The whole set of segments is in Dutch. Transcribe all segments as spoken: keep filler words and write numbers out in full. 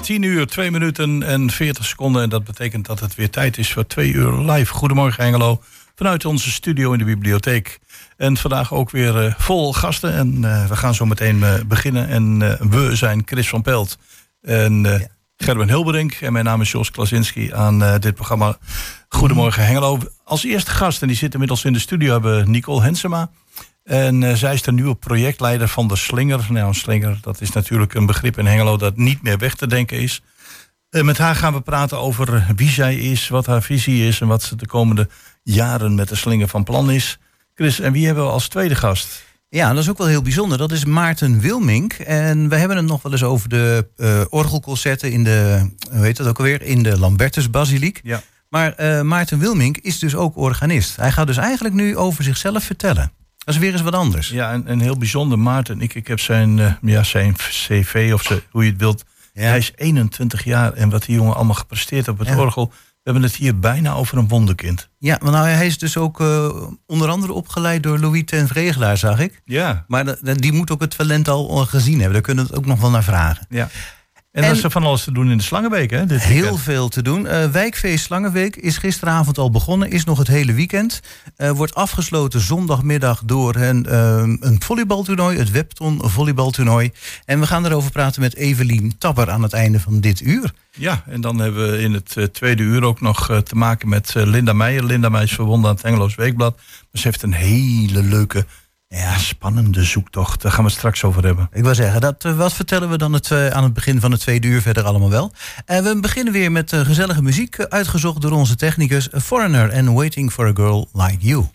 tien uur, twee minuten en veertig seconden. En dat betekent dat het weer tijd is voor twee uur live. Goedemorgen Hengelo, vanuit onze studio in de bibliotheek. En vandaag ook weer uh, vol gasten. En uh, we gaan zo meteen uh, beginnen. En uh, we zijn Chris van Pelt en uh, ja. Gerben Hilberink. En mijn naam is Jos Klasinski aan uh, dit programma Goedemorgen Hengelo. Als eerste gast, en die zit inmiddels in de studio, hebben Nicole Hensema. En uh, zij is de nieuwe projectleider van de Slinger. Nou, een Slinger, dat is natuurlijk een begrip in Hengelo dat niet meer weg te denken is. Uh, met haar gaan we praten over wie zij is, wat haar visie is en wat ze de komende jaren met de Slinger van plan is. Chris, en wie hebben we als tweede gast? Ja, dat is ook wel heel bijzonder. Dat is Maarten Wilmink. En we hebben het nog wel eens over de uh, orgelconcerten in de, hoe heet dat ook alweer, in de Lambertus-basiliek. Ja. Maar uh, Maarten Wilmink is dus ook organist. Hij gaat dus eigenlijk nu over zichzelf vertellen. Dat is weer eens wat anders. Ja, en, en heel bijzonder, Maarten. Ik, ik heb zijn, uh, ja, zijn cv, of ze, hoe je het wilt. Ja. Hij is eenentwintig jaar en wat die jongen allemaal gepresteerd op het ja. orgel. We hebben het hier bijna over een wonderkind. Ja, maar nou, hij is dus ook uh, onder andere opgeleid door Louis ten Vregelaar, zag ik. Ja. Maar de, die moet ook het talent al gezien hebben. Daar kunnen we het ook nog wel naar vragen. Ja. En, en er is er van alles te doen in de Slangenweek, hè? Dit heel weekend. veel te doen. Uh, Wijkfeest Slangenweek is gisteravond al begonnen. Is nog het hele weekend. Uh, wordt afgesloten zondagmiddag door een, uh, een volleybaltoernooi. Het Webton volleybaltoernooi. En we gaan erover praten met Evelien Tapper aan het einde van dit uur. Ja, en dan hebben we in het uh, tweede uur ook nog uh, te maken met uh, Linda Meijer. Linda Meijer is verbonden aan het Hengeloos Weekblad. Maar ze heeft een hele leuke, ja, spannende zoektocht. Daar gaan we het straks over hebben. Ik wil zeggen, dat, uh, wat vertellen we dan het, uh, aan het begin van het tweede uur verder allemaal wel? Uh, we beginnen weer met uh, gezellige muziek, uh, uitgezocht door onze technicus, A Foreigner and Waiting for a Girl Like You.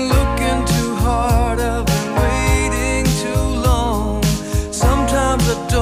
Sometimes I don't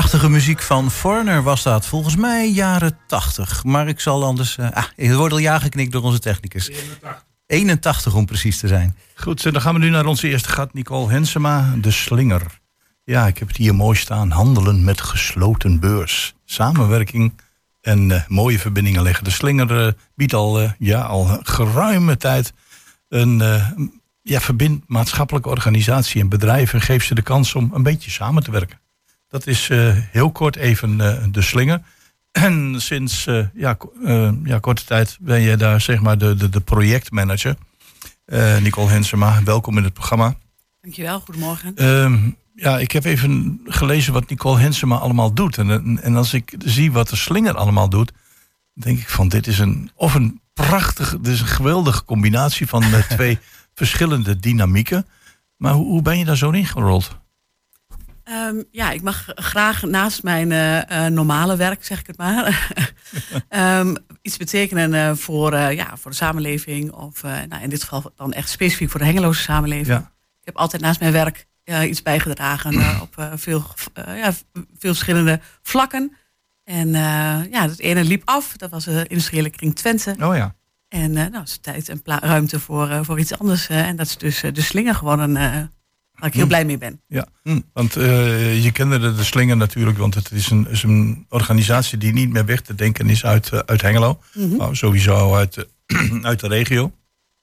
Prachtige muziek van Foreigner was dat. Volgens mij jaren tachtig. Maar ik zal anders... Uh, ah, er wordt al ja geknikt door onze technicus. eenentachtig. eenentachtig om precies te zijn. Goed, dan gaan we nu naar onze eerste gat. Nicole Hensema, de slinger. Ja, ik heb het hier mooi staan. Handelen met gesloten beurs. Samenwerking en uh, mooie verbindingen leggen. De slinger uh, biedt al, uh, ja, al geruime tijd... een uh, ja, verbindt maatschappelijke organisatie en bedrijven... en geeft ze de kans om een beetje samen te werken. Dat is uh, heel kort even uh, de slinger. En sinds uh, ja, uh, ja, korte tijd ben je daar zeg maar de, de, de projectmanager. Uh, Nicole Hensema, welkom in het programma. Dankjewel, goedemorgen. Uh, ja, ik heb even gelezen wat Nicole Hensema allemaal doet. En, en als ik zie wat de slinger allemaal doet... denk ik van dit is een, of een prachtige, dit is een geweldige combinatie van uh, twee verschillende dynamieken. Maar hoe, hoe ben je daar zo ingerold? Um, ja, ik mag graag naast mijn uh, uh, normale werk, zeg ik het maar, um, iets betekenen uh, voor, uh, ja, voor de samenleving. Of uh, nou, in dit geval dan echt specifiek voor de Hengeloze samenleving. Ja. Ik heb altijd naast mijn werk uh, iets bijgedragen uh, op uh, veel, uh, ja, veel verschillende vlakken. En uh, ja, het ene liep af, dat was de industriële kring Twente. Oh ja. En uh, nou, is tijd en pla- ruimte voor, uh, voor iets anders. Uh, en dat is dus uh, de slinger geworden... Uh, waar ik heel blij mee ben. Ja, want uh, je kende de, de slinger natuurlijk... want het is een, is een organisatie die niet meer weg te denken is uit, uh, uit Hengelo. Mm-hmm. Nou, sowieso uit, uh, uit de regio.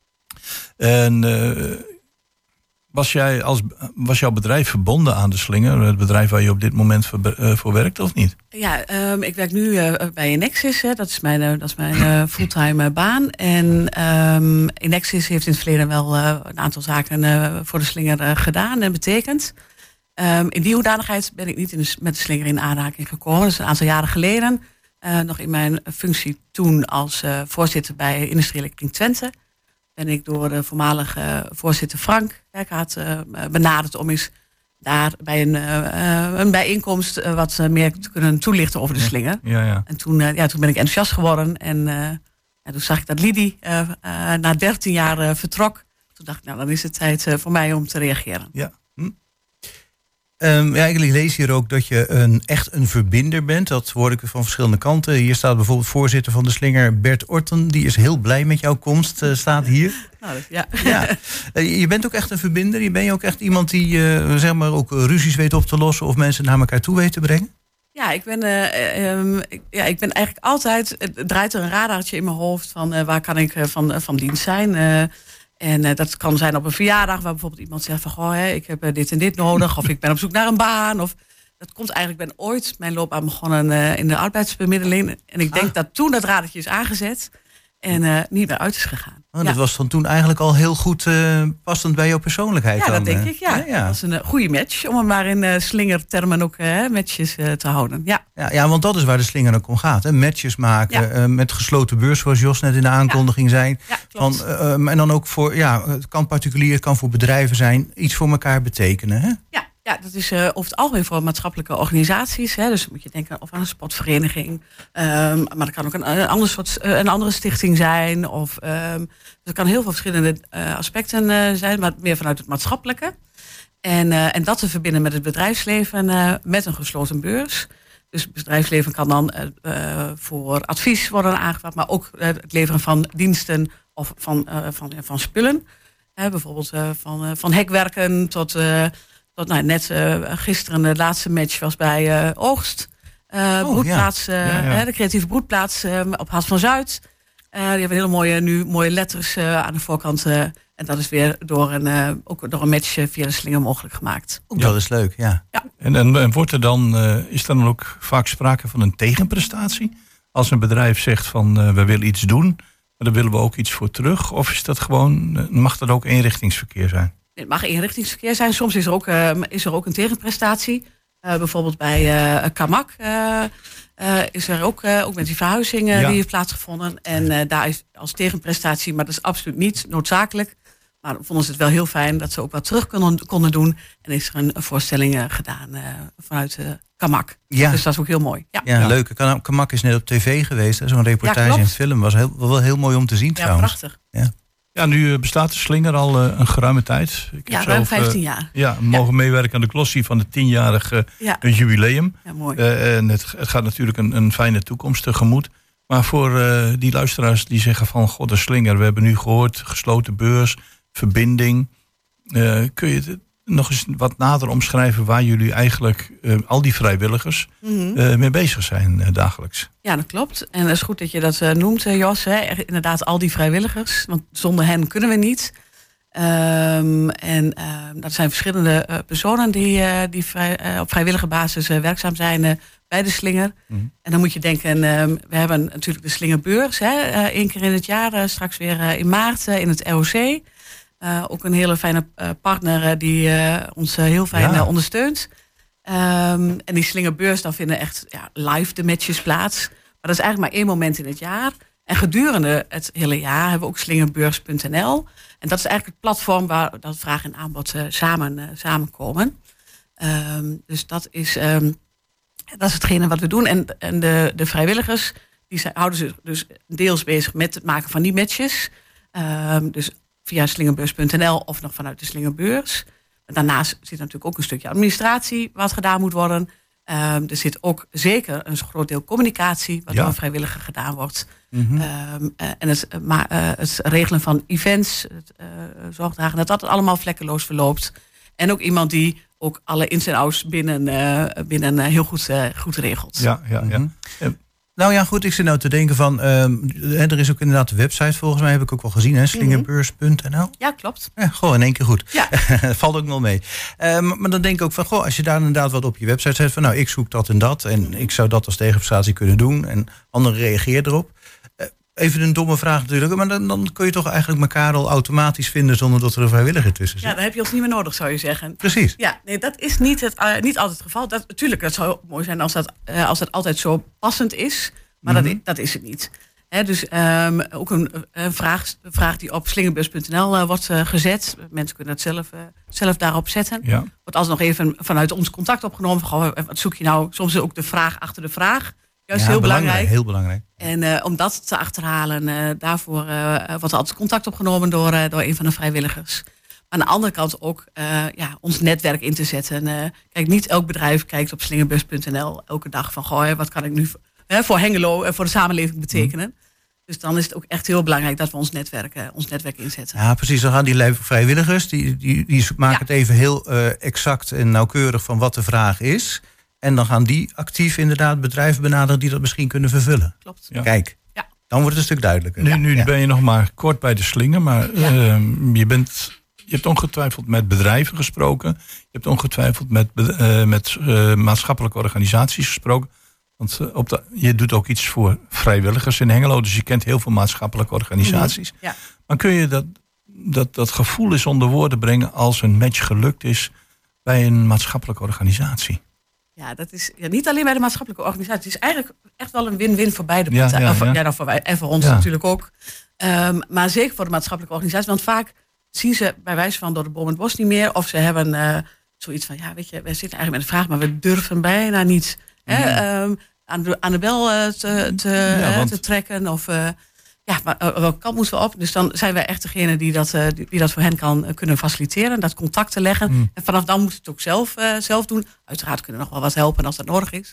En uh, was, jij als, was jouw bedrijf verbonden aan de slinger? Het bedrijf waar je op dit moment voor, uh, voor werkt of niet? Ja, um, ik werk nu uh, bij Enexis. Hè. Dat is mijn, uh, dat is mijn uh, fulltime uh, baan. En um, Enexis heeft in het verleden wel uh, een aantal zaken uh, voor de slinger uh, gedaan en betekend. Um, in die hoedanigheid ben ik niet in de, met de slinger in aanraking gekomen. Dat is een aantal jaren geleden. Uh, nog in mijn functie toen als uh, voorzitter bij Industriële Kring Twente. Ben ik door de voormalige voorzitter Frank Kerkhaat uh, benaderd om eens daar bij een, uh, een bijeenkomst uh, wat meer te kunnen toelichten over de slinger. Ja, ja. En toen, uh, ja, toen ben ik enthousiast geworden. En uh, ja, toen zag ik dat Lidie uh, uh, na dertien jaar uh, vertrok. Toen dacht ik, nou dan is het tijd uh, voor mij om te reageren. Ja. Hm. Um, ja, ik lees hier ook dat je een, echt een verbinder bent. Dat hoor ik van verschillende kanten. Hier staat bijvoorbeeld voorzitter van de slinger Bert Orten. Die is heel blij met jouw komst, uh, staat hier. Nou, dat, ja. Ja. Uh, je bent ook echt een verbinder. Je ben je ook echt iemand die uh, zeg maar ook ruzies weet op te lossen... of mensen naar elkaar toe weet te brengen? Ja, ik ben, uh, um, ik, ja, ik ben eigenlijk altijd... Het draait er een radartje in mijn hoofd van uh, waar kan ik uh, van, uh, van dienst zijn... Uh, En uh, dat kan zijn op een verjaardag waar bijvoorbeeld iemand zegt van... goh, hè, ik heb uh, dit en dit nodig of ik ben op zoek naar een baan. Of dat komt eigenlijk, ik ben ooit mijn loopbaan begonnen uh, in de arbeidsbemiddeling. En ik denk ah. dat toen dat radertje is aangezet en uh, niet meer uit is gegaan. Oh, dat ja. was van toen eigenlijk al heel goed uh, passend bij jouw persoonlijkheid. Ja, dan, dat denk uh, ik, ja. ja, ja. Dat was een uh, goede match, om het maar in uh, slingertermen ook uh, matches uh, te houden. Ja. Ja, ja, want dat is waar de slinger ook om gaat. Hè? Matches maken, ja. uh, met gesloten beurs, zoals Jos net in de aankondiging ja. zei. Ja, van, uh, um, en dan ook voor, ja, het kan particulier, het kan voor bedrijven zijn, iets voor elkaar betekenen. Hè? Ja. Ja, dat is uh, over het algemeen voor maatschappelijke organisaties. Hè. Dus moet je denken of aan een sportvereniging. Um, maar dat kan ook een, een, ander soort, een andere stichting zijn. Of, um, er kan heel veel verschillende uh, aspecten uh, zijn, maar meer vanuit het maatschappelijke. En, uh, en dat te verbinden met het bedrijfsleven uh, met een gesloten beurs. Dus het bedrijfsleven kan dan uh, voor advies worden aangevraagd, maar ook uh, het leveren van diensten of van, uh, van, uh, van spullen. Uh, bijvoorbeeld uh, van, uh, van hekwerken tot... Uh, Tot, nou, net uh, gisteren de laatste match was bij uh, Oogst. Uh, oh, broedplaats, ja. Uh, ja, ja. de creatieve broedplaats uh, op Hart van Zuid. Uh, die hebben hele mooie, nu mooie letters uh, aan de voorkant. Uh, en dat is weer door een, uh, ook door een match uh, via de slinger mogelijk gemaakt. Ook ja. Dat is leuk, ja. ja. En, en, en wordt er dan, uh, is er dan ook vaak sprake van een tegenprestatie? Als een bedrijf zegt van uh, we willen iets doen, maar daar willen we ook iets voor terug. Of is dat gewoon, uh, mag dat ook eenrichtingsverkeer zijn? Het mag eenrichtingsverkeer zijn. Soms is er ook, uh, is er ook een tegenprestatie. Uh, bijvoorbeeld bij uh, Kamak uh, uh, is er ook, uh, ook met die verhuizingen ja. die heeft plaatsgevonden. En uh, daar is als tegenprestatie, maar dat is absoluut niet noodzakelijk. Maar vonden ze het wel heel fijn dat ze ook wat terug konden, konden doen. En is er een, een voorstelling uh, gedaan uh, vanuit uh, Kamak. Ja. Dus dat is ook heel mooi. Ja, ja, ja. Leuk. Kamak is net op tv geweest. Zo'n reportage ja, en film was heel, wel heel mooi om te zien ja, trouwens. Prachtig. Ja, Ja, nu bestaat de slinger al uh, een geruime tijd. Ik ja, heb ruim zelf, vijftien uh, jaar. Ja, we mogen ja. meewerken aan de glossie van het tienjarige ja. jubileum. Ja, mooi. Uh, en het, het gaat natuurlijk een, een fijne toekomst tegemoet. Maar voor uh, die luisteraars die zeggen van... God, de slinger, we hebben nu gehoord... gesloten beurs, verbinding. Uh, kun je het nog eens wat nader omschrijven... waar jullie eigenlijk uh, al die vrijwilligers mm-hmm. uh, mee bezig zijn uh, dagelijks? Ja, dat klopt. En het is goed dat je dat uh, noemt, uh, Jos. Hè. Inderdaad, al die vrijwilligers. Want zonder hen kunnen we niet. Um, en uh, dat zijn verschillende uh, personen... die, uh, die vrij, uh, op vrijwillige basis uh, werkzaam zijn... Uh, bij de slinger. Mm. En dan moet je denken, uh, we hebben natuurlijk de slingerbeurs. Hè, uh, één keer in het jaar, uh, straks weer uh, in maart uh, in het R O C. Uh, ook een hele fijne uh, partner uh, die uh, ons uh, heel fijn ja. uh, ondersteunt. Um, en die slingerbeurs, dan vinden echt ja, live de matches plaats. Maar dat is eigenlijk maar één moment in het jaar. En gedurende het hele jaar hebben we ook slingerbeurs punt n l. En dat is eigenlijk het platform waar dat vraag en aanbod uh, samen, uh, samenkomen. Um, dus dat is... Um, Dat is hetgene wat we doen. En, en de, de vrijwilligers die zijn, houden zich dus deels bezig met het maken van die matches. Um, dus via slingerbeurs punt n l of nog vanuit de slingerbeurs. Daarnaast zit natuurlijk ook een stukje administratie wat gedaan moet worden. Um, er zit ook zeker een groot deel communicatie wat ja. door vrijwilliger gedaan wordt. Mm-hmm. Um, uh, en het, uh, maar, uh, het regelen van events, het uh, zorgdragen, dat dat allemaal vlekkeloos verloopt. En ook iemand die ook alle ins en outs binnen, uh, binnen uh, heel goed, uh, goed regelt. Ja, ja, ja. Mm-hmm. Nou ja, goed, ik zit nou te denken van... Uh, er is ook inderdaad de website, volgens mij heb ik ook wel gezien, hè, slingerbeurs punt n l. Ja, klopt. Ja, goh, in één keer goed. Ja. Valt ook wel mee. Uh, maar dan denk ik ook van, goh, als je daar inderdaad wat op je website zet... van nou, ik zoek dat en dat en ik zou dat als tegenprestatie kunnen doen... en anderen reageren erop. Uh, even een domme vraag natuurlijk, maar dan, dan kun je toch eigenlijk elkaar al automatisch vinden... zonder dat er een vrijwilliger tussen zit. Ja, dan heb je ons niet meer nodig, zou je zeggen. Precies. Ja, nee, dat is niet, het, uh, niet altijd het geval. Dat, natuurlijk, het zou mooi zijn als dat, uh, als dat altijd zo passend is... Maar mm-hmm. dat, dat is het niet. He, dus um, ook een, een, vraag, een vraag die op slingerbeurs punt n l uh, wordt uh, gezet. Mensen kunnen het zelf, uh, zelf daarop zetten. Ja. Wordt alsnog even vanuit ons contact opgenomen. Van, goh, wat zoek je nou? Soms is ook de vraag achter de vraag. Juist ja, heel belangrijk. belangrijk. Heel belangrijk. En uh, om dat te achterhalen, uh, daarvoor uh, wordt altijd contact opgenomen door, uh, door een van de vrijwilligers. Maar aan de andere kant ook uh, ja, ons netwerk in te zetten. Uh, kijk, niet elk bedrijf kijkt op slingerbeurs punt n l elke dag van, goh, wat kan ik nu... He, voor Hengelo en voor de samenleving betekenen. Mm. Dus dan is het ook echt heel belangrijk dat we ons netwerk, uh, ons netwerk inzetten. Ja, precies. Dan gaan die vrijwilligers, die, die, die maken ja. het even heel uh, exact en nauwkeurig van wat de vraag is. En dan gaan die actief inderdaad bedrijven benaderen die dat misschien kunnen vervullen. Klopt. Ja. Kijk, ja. dan wordt het een stuk duidelijker. Nu, nu ja. ben je nog maar kort bij de slinger, maar ja. uh, je, bent, je hebt ongetwijfeld met bedrijven gesproken. Je hebt ongetwijfeld met, uh, met uh, maatschappelijke organisaties gesproken. Want op de, je doet ook iets voor vrijwilligers in Hengelo. Dus je kent heel veel maatschappelijke organisaties. Mm-hmm. Ja. Maar kun je dat, dat, dat gevoel eens onder woorden brengen... als een match gelukt is bij een maatschappelijke organisatie? Ja, dat is ja, niet alleen bij de maatschappelijke organisatie. Het is eigenlijk echt wel een win-win voor beide partijen. Ja, ja, ja. ja, nou voor wij, en voor ons ja. natuurlijk ook. Um, maar zeker voor de maatschappelijke organisatie. Want vaak zien ze bij wijze van door de boom en het bos niet meer. Of ze hebben uh, zoiets van... ja, weet je, wij zitten eigenlijk met een vraag... maar we durven bijna niet... He, um, aan, de, aan de bel uh, te, te, ja, want... te trekken. Of uh, ja, maar uh, welke kant moeten we op? Dus dan zijn wij echt degene die dat, uh, die, die dat voor hen kan uh, kunnen faciliteren. Dat contact te leggen. Mm. En vanaf dan moet het ook zelf, uh, zelf doen. Uiteraard kunnen we nog wel wat helpen als dat nodig is.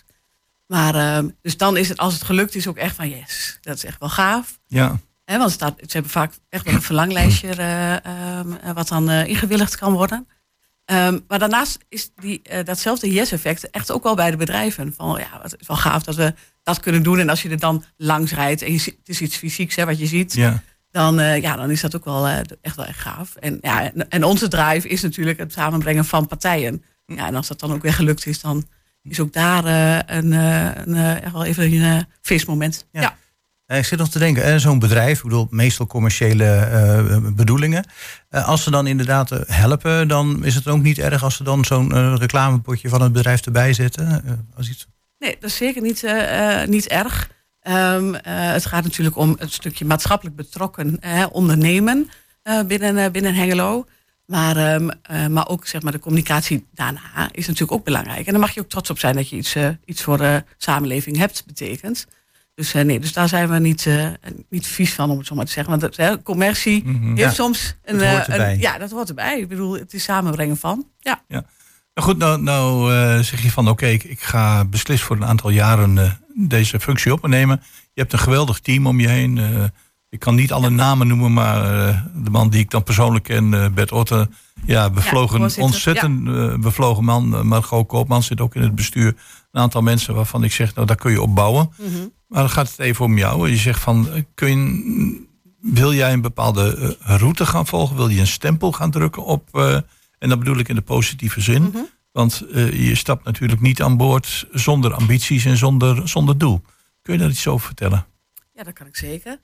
Maar uh, dus dan is het, als het gelukt is, ook echt van yes. Dat is echt wel gaaf. Ja. He, want staat, ze hebben vaak echt wel een verlanglijstje uh, uh, wat dan uh, ingewilligd kan worden. Um, maar daarnaast is die, uh, datzelfde yes-effect echt ook wel bij de bedrijven. Van ja, het is wel gaaf dat we dat kunnen doen. En als je er dan langs rijdt en je ziet, het is iets fysieks hè, wat je ziet... Ja. Dan, uh, ja, dan is dat ook wel uh, echt wel echt gaaf. En, ja, en, en onze drive is natuurlijk het samenbrengen van partijen. Ja, en als dat dan ook weer gelukt is, dan is ook daar uh, een, uh, een, uh, echt wel even een uh, feestmoment. Ja. ja. Ik zit nog te denken, zo'n bedrijf, ik bedoel, meestal commerciële uh, bedoelingen. Uh, als ze dan inderdaad uh, helpen, dan is het ook niet erg als ze dan zo'n uh, reclamepotje van het bedrijf erbij zetten. Uh, als iets... Nee, dat is zeker niet, uh, niet erg. Um, uh, het gaat natuurlijk om een stukje maatschappelijk betrokken uh, ondernemen uh, binnen, uh, binnen Hengelo. Maar, um, uh, maar ook zeg maar, de communicatie daarna is natuurlijk ook belangrijk. En dan mag je ook trots op zijn dat je iets, uh, iets voor de samenleving hebt betekend. Dus uh, nee, dus daar zijn we niet, uh, niet vies van, om het zo maar te zeggen. Want uh, commercie mm-hmm. heeft ja. soms een, dat hoort erbij. een... Ja, dat hoort erbij. Ik bedoel, het is samenbrengen van. Ja. ja. Nou goed, nou, nou uh, zeg je van oké, okay, ik, ik ga beslist voor een aantal jaren uh, deze functie opnemen. Je hebt een geweldig team om je heen. Uh, ik kan niet alle namen noemen, maar uh, de man die ik dan persoonlijk ken, uh, Bert Otte. Ja, bevlogen, ja, ontzettend ja. uh, bevlogen man. Uh, Margot Koopman zit ook in het bestuur. Een aantal mensen waarvan ik zeg, nou daar kun je op bouwen. Mm-hmm. Maar dan gaat het even om jou. Je zegt van, kun je, wil jij een bepaalde uh, route gaan volgen? Wil je een stempel gaan drukken op... Uh, en dat bedoel ik in de positieve zin. Mm-hmm. Want uh, je stapt natuurlijk niet aan boord zonder ambities en zonder, zonder doel. Kun je daar iets over vertellen? Ja, dat kan ik zeker.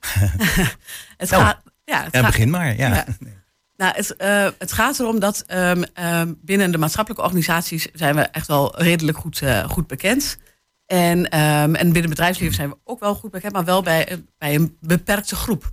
het nou, gaat, ja, het ja, gaat, begin maar. Ja. Ja. Nou, het, uh, het gaat erom dat um, um, binnen de maatschappelijke organisaties zijn we echt wel redelijk goed, uh, goed bekend. En, um, en binnen het bedrijfsleven zijn we ook wel goed bekend, maar wel bij, bij een beperkte groep.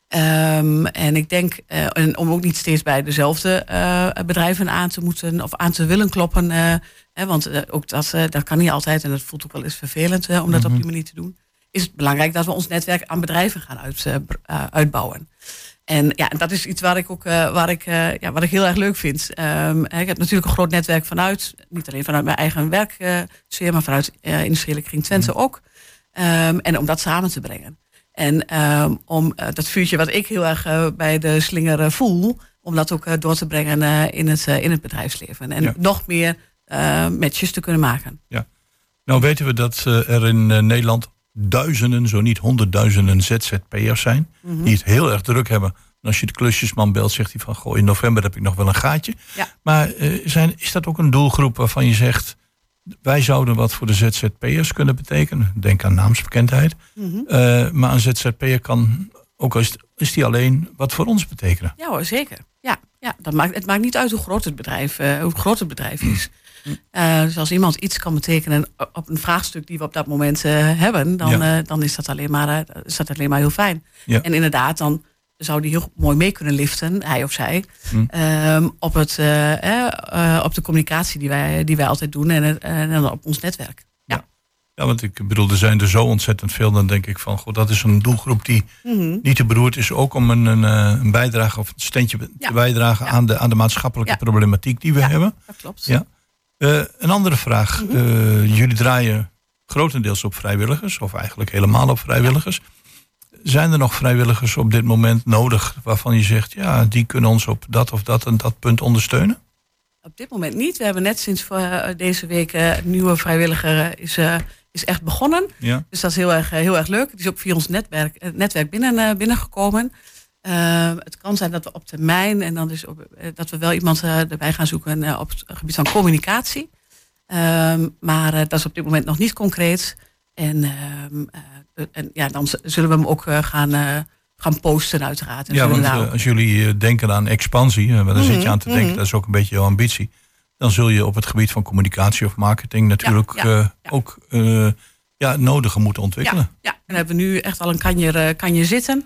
Um, en ik denk, uh, en om ook niet steeds bij dezelfde uh, bedrijven aan te moeten of aan te willen kloppen. Uh, hè, want uh, ook dat, uh, dat kan niet altijd en dat voelt ook wel eens vervelend uh, om dat mm-hmm. op die manier te doen. Is het belangrijk dat we ons netwerk aan bedrijven gaan uit, uh, uh, uitbouwen. En ja, dat is iets waar ik ook uh, waar ik, uh, ja, wat ik heel erg leuk vind. Um, ik heb natuurlijk een groot netwerk vanuit, niet alleen vanuit mijn eigen werksfeer, uh, maar vanuit uh, industriële kring Twente mm. ook. Um, en om dat samen te brengen. En um, om uh, dat vuurtje wat ik heel erg uh, bij de slinger uh, voel, om dat ook uh, door te brengen uh, in, het, uh, in het bedrijfsleven. En ja. nog meer uh, matches te kunnen maken. Ja. Nou weten we dat uh, er in uh, Nederland duizenden, zo niet honderdduizenden Z Z P'ers zijn. Mm-hmm. Die het heel erg druk hebben. En als je de klusjesman belt, zegt hij van, goh, in november heb ik nog wel een gaatje. Ja. Maar uh, zijn, is dat ook een doelgroep waarvan je zegt, wij zouden wat voor de Z Z P'ers kunnen betekenen? Denk aan naamsbekendheid. Mm-hmm. Uh, maar een Z Z P'er kan, ook al is, is die alleen, wat voor ons betekenen. Ja hoor, zeker. Ja, ja, dat maakt, het maakt niet uit hoe groot het bedrijf, uh, hoe groot het bedrijf is. Uh, dus als iemand iets kan betekenen op een vraagstuk die we op dat moment uh, hebben, dan, ja. uh, dan is, dat alleen maar, uh, is dat alleen maar heel fijn. Ja. En inderdaad, dan zou die heel mooi mee kunnen liften, hij of zij, hm. um, op, het, uh, uh, uh, op de communicatie die wij, die wij altijd doen en, uh, en op ons netwerk. Ja. Ja. Ja, want ik bedoel, er zijn er zo ontzettend veel, dan denk ik van, goh, dat is een doelgroep die mm-hmm. niet te beroerd is, ook om een, een, een bijdrage of een steentje ja. te bijdragen ja. aan, de, aan de maatschappelijke ja. problematiek die we ja, hebben. Dat klopt. Ja. Uh, een andere vraag. Mm-hmm. Uh, jullie draaien grotendeels op vrijwilligers, of eigenlijk helemaal op vrijwilligers. Ja. Zijn er nog vrijwilligers op dit moment nodig waarvan je zegt, ja, die kunnen ons op dat of dat en dat punt ondersteunen? Op dit moment niet. We hebben net sinds uh, deze week uh, een nieuwe vrijwilliger uh, is, uh, is echt begonnen. Ja. Dus dat is heel erg, uh, heel erg leuk. Het is ook via ons netwerk, uh, netwerk binnen, uh, binnengekomen. Uh, het kan zijn dat we op termijn en dan dus op, uh, dat we wel iemand uh, erbij gaan zoeken uh, op het gebied van communicatie. Uh, maar uh, dat is op dit moment nog niet concreet. En, uh, uh, en ja, dan zullen we hem ook uh, gaan, uh, gaan posten uiteraard. En ja, want uh, als jullie uh, denken aan expansie, uh, maar daar mm-hmm, zit je aan te denken, mm-hmm. dat is ook een beetje jouw ambitie. Dan zul je op het gebied van communicatie of marketing natuurlijk ja, ja, uh, ja. ook uh, ja, het nodige moeten ontwikkelen. Ja, ja, en dan hebben we nu echt al een kanjer, kanjer zitten.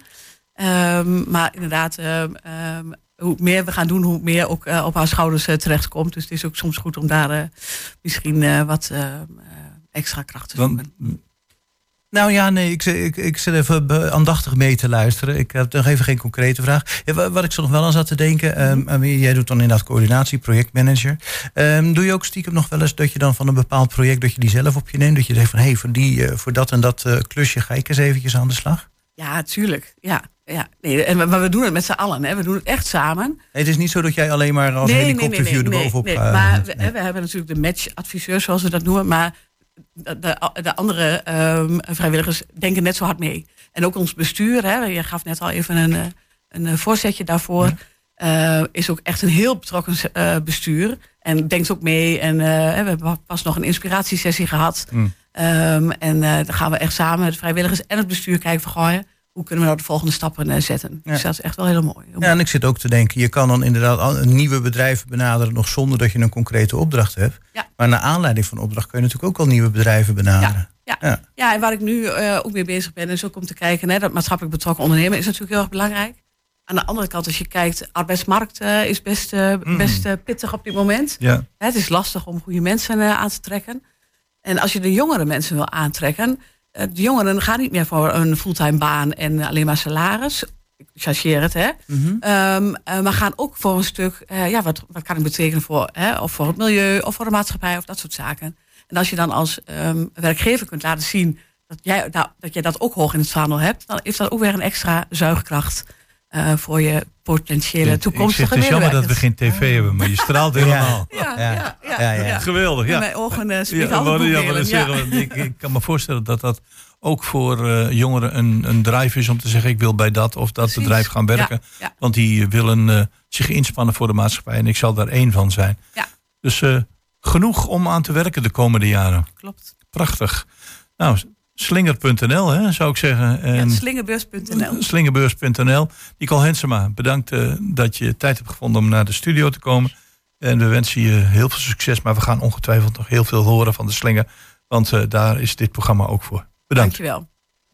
Um, maar inderdaad, um, um, hoe meer we gaan doen, hoe meer ook uh, op haar schouders uh, terechtkomt. Dus het is ook soms goed om daar uh, misschien uh, wat uh, extra kracht te zoeken. Dan, nou ja, nee, ik, ik, ik zit even aandachtig mee te luisteren. Ik heb nog even geen concrete vraag. Ja, wat ik zo nog wel aan zat te denken, um, jij doet dan inderdaad coördinatie, projectmanager. Um, doe je ook stiekem nog wel eens dat je dan van een bepaald project, dat je die zelf op je neemt? Dat je zegt van, hé, hey, voor, die, uh, voor dat en dat uh, klusje ga ik eens eventjes aan de slag? Ja, tuurlijk. Ja, ja. Nee, en, maar we doen het met z'n allen. Hè. We doen het echt samen. Nee, het is niet zo dat jij alleen maar als nee, helikopterview nee, nee, nee, erbovenop nee, gaat. Nee, maar we, nee. we hebben natuurlijk de matchadviseurs, zoals we dat noemen. Maar de, de, de andere um, vrijwilligers denken net zo hard mee. En ook ons bestuur, hè, je gaf net al even een, een voorzetje daarvoor, ja. uh, is ook echt een heel betrokken uh, bestuur. En denkt ook mee. En uh, we hebben pas nog een inspiratiesessie gehad. Mm. Um, en uh, dan gaan we echt samen met de vrijwilligers en het bestuur kijken van, goh, hoe kunnen we nou de volgende stappen uh, zetten. Ja. Dus dat is echt wel heel mooi. Heel ja, en ik zit ook te denken, je kan dan inderdaad nieuwe bedrijven benaderen, nog zonder dat je een concrete opdracht hebt. Ja. Maar naar aanleiding van opdracht kun je natuurlijk ook al nieuwe bedrijven benaderen. Ja, ja. ja. ja en waar ik nu uh, ook mee bezig ben, is ook om te kijken, hè, dat maatschappelijk betrokken ondernemen is natuurlijk heel erg belangrijk. Aan de andere kant, als je kijkt, de arbeidsmarkt uh, is best, uh, mm. best uh, pittig op dit moment. Ja. Het is lastig om goede mensen uh, aan te trekken. En als je de jongere mensen wil aantrekken, de jongeren gaan niet meer voor een fulltime baan en alleen maar salaris. Ik chargeer het, hè. Mm-hmm. Um, uh, maar gaan ook voor een stuk, uh, ja, wat, wat kan ik betekenen voor, hè, of voor het milieu, of voor de maatschappij, of dat soort zaken. En als je dan als um, werkgever kunt laten zien dat jij, nou, dat jij dat ook hoog in het vaandel hebt, dan heeft dat ook weer een extra zuigkracht uh, voor je potentiële toekomstige medewerkers. Het is jammer dat we geen tv oh. hebben, maar je straalt helemaal. Ja, ja, ja, ja, ja, ja, ja. Geweldig, ja. In mijn ogen uh, spreekt ja, altijd ja, boekdelen. zeggen, ja. ik, ik kan me voorstellen dat dat ook voor uh, jongeren een, een drive is om te zeggen, ik wil bij dat of dat Precies. bedrijf gaan werken. Ja, ja. Want die willen uh, zich inspannen voor de maatschappij en ik zal daar één van zijn. Ja. Dus uh, genoeg om aan te werken de komende jaren. Klopt. Prachtig. Nou, slinger punt n l, hè, zou ik zeggen. En ja, slingerbeurs punt n l. Slingerbeurs punt n l. Nicole Hensema, bedankt uh, dat je tijd hebt gevonden om naar de studio te komen. En we wensen je heel veel succes, maar we gaan ongetwijfeld nog heel veel horen van de Slinger. Want uh, daar is dit programma ook voor. Bedankt. Dankjewel.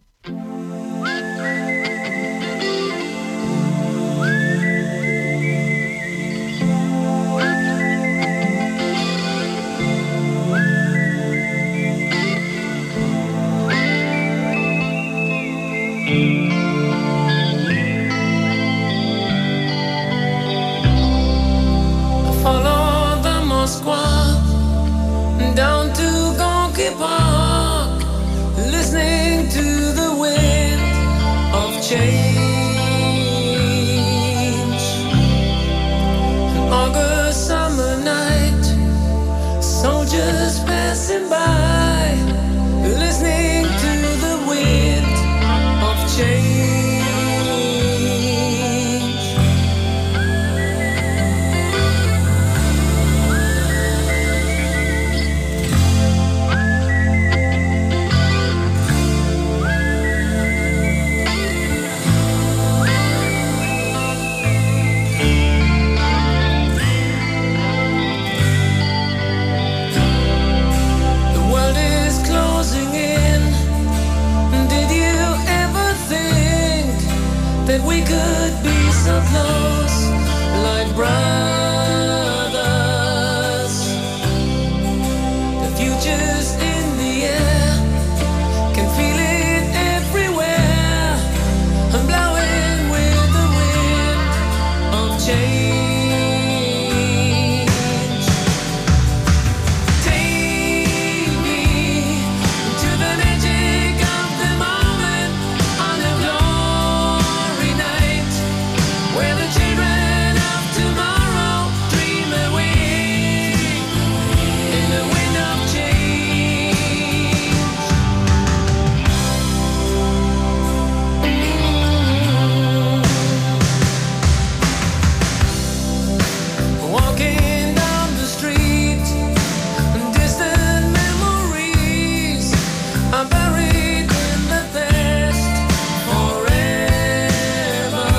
Follow the Moskwa down to Gonky Park, listening to the wind of change. An August summer night, soldiers passing by, listening to the wind of change. We could be so close, like brothers. The future's in the air, can feel it everywhere. I'm blowing with the wind of change. Take me to the magic of the moment on a glory night, where the children of tomorrow dream away in the wind of change. Walking down the street, distant memories are buried in the past forever.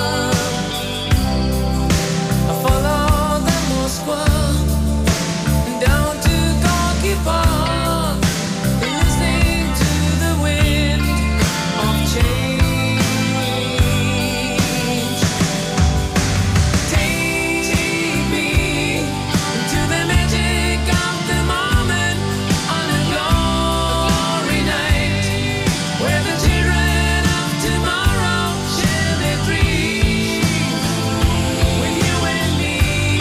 I follow the Moskwa down to Gonky Park, listening to the wind of change. Take me to the magic of the moment on a glory night, where the children of tomorrow share their dreams with you and me.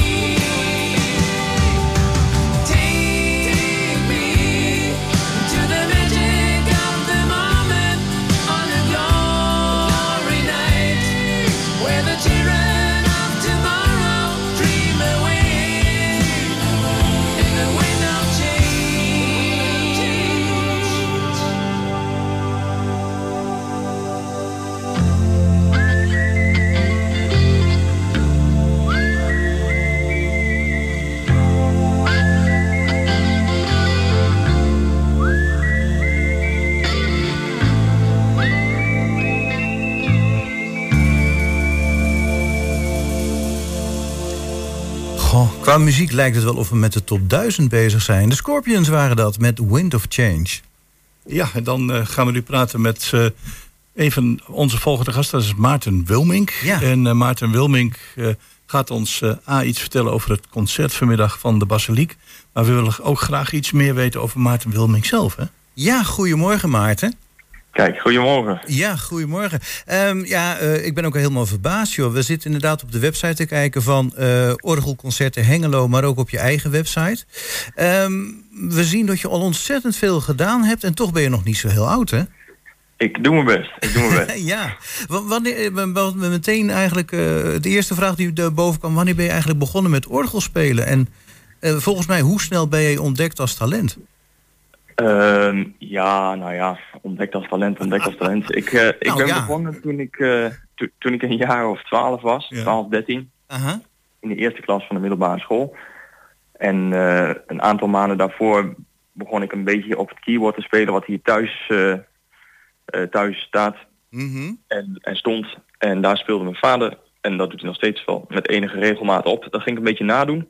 Take me to the magic of the moment on a glory night, where the children of tomorrow dream away in the wind of change. Goh, qua muziek lijkt het wel of we met de top duizend bezig zijn. De Scorpions waren dat met Wind of Change. Ja, en dan uh, gaan we nu praten met uh, een van onze volgende gasten. Dat is Maarten Wilmink. Ja. En uh, Maarten Wilmink uh, gaat ons uh, A, iets vertellen over het concert vanmiddag van de Basiliek. Maar we willen ook graag iets meer weten over Maarten Wilmink zelf, hè? Ja, goedemorgen Maarten. Kijk, goedemorgen. Ja, goedemorgen. Um, ja, uh, ik ben ook helemaal verbaasd, joh. We zitten inderdaad op de website te kijken van uh, Orgelconcerten Hengelo, maar ook op je eigen website. Um, we zien dat je al ontzettend veel gedaan hebt en toch ben je nog niet zo heel oud, hè? Ik doe mijn best. Ik doe mijn best. Ja, w- wanneer, w- meteen eigenlijk, uh, de eerste vraag die er boven kwam, wanneer ben je eigenlijk begonnen met orgelspelen? En uh, volgens mij, hoe snel ben je ontdekt als talent? Uh, ja, nou ja, ontdekt als talent, ontdekt als talent. Ik, uh, ik Nou, ben ja. begonnen toen ik, uh, to- toen ik een jaar of twaalf was, Ja. twaalf, dertien, Aha. in de eerste klas van de middelbare school. En uh, een aantal maanden daarvoor begon ik een beetje op het keyboard te spelen wat hier thuis, uh, uh, thuis staat Mhm. en, en stond. En daar speelde mijn vader, en dat doet hij nog steeds wel, met enige regelmaat op. Dat ging ik een beetje nadoen.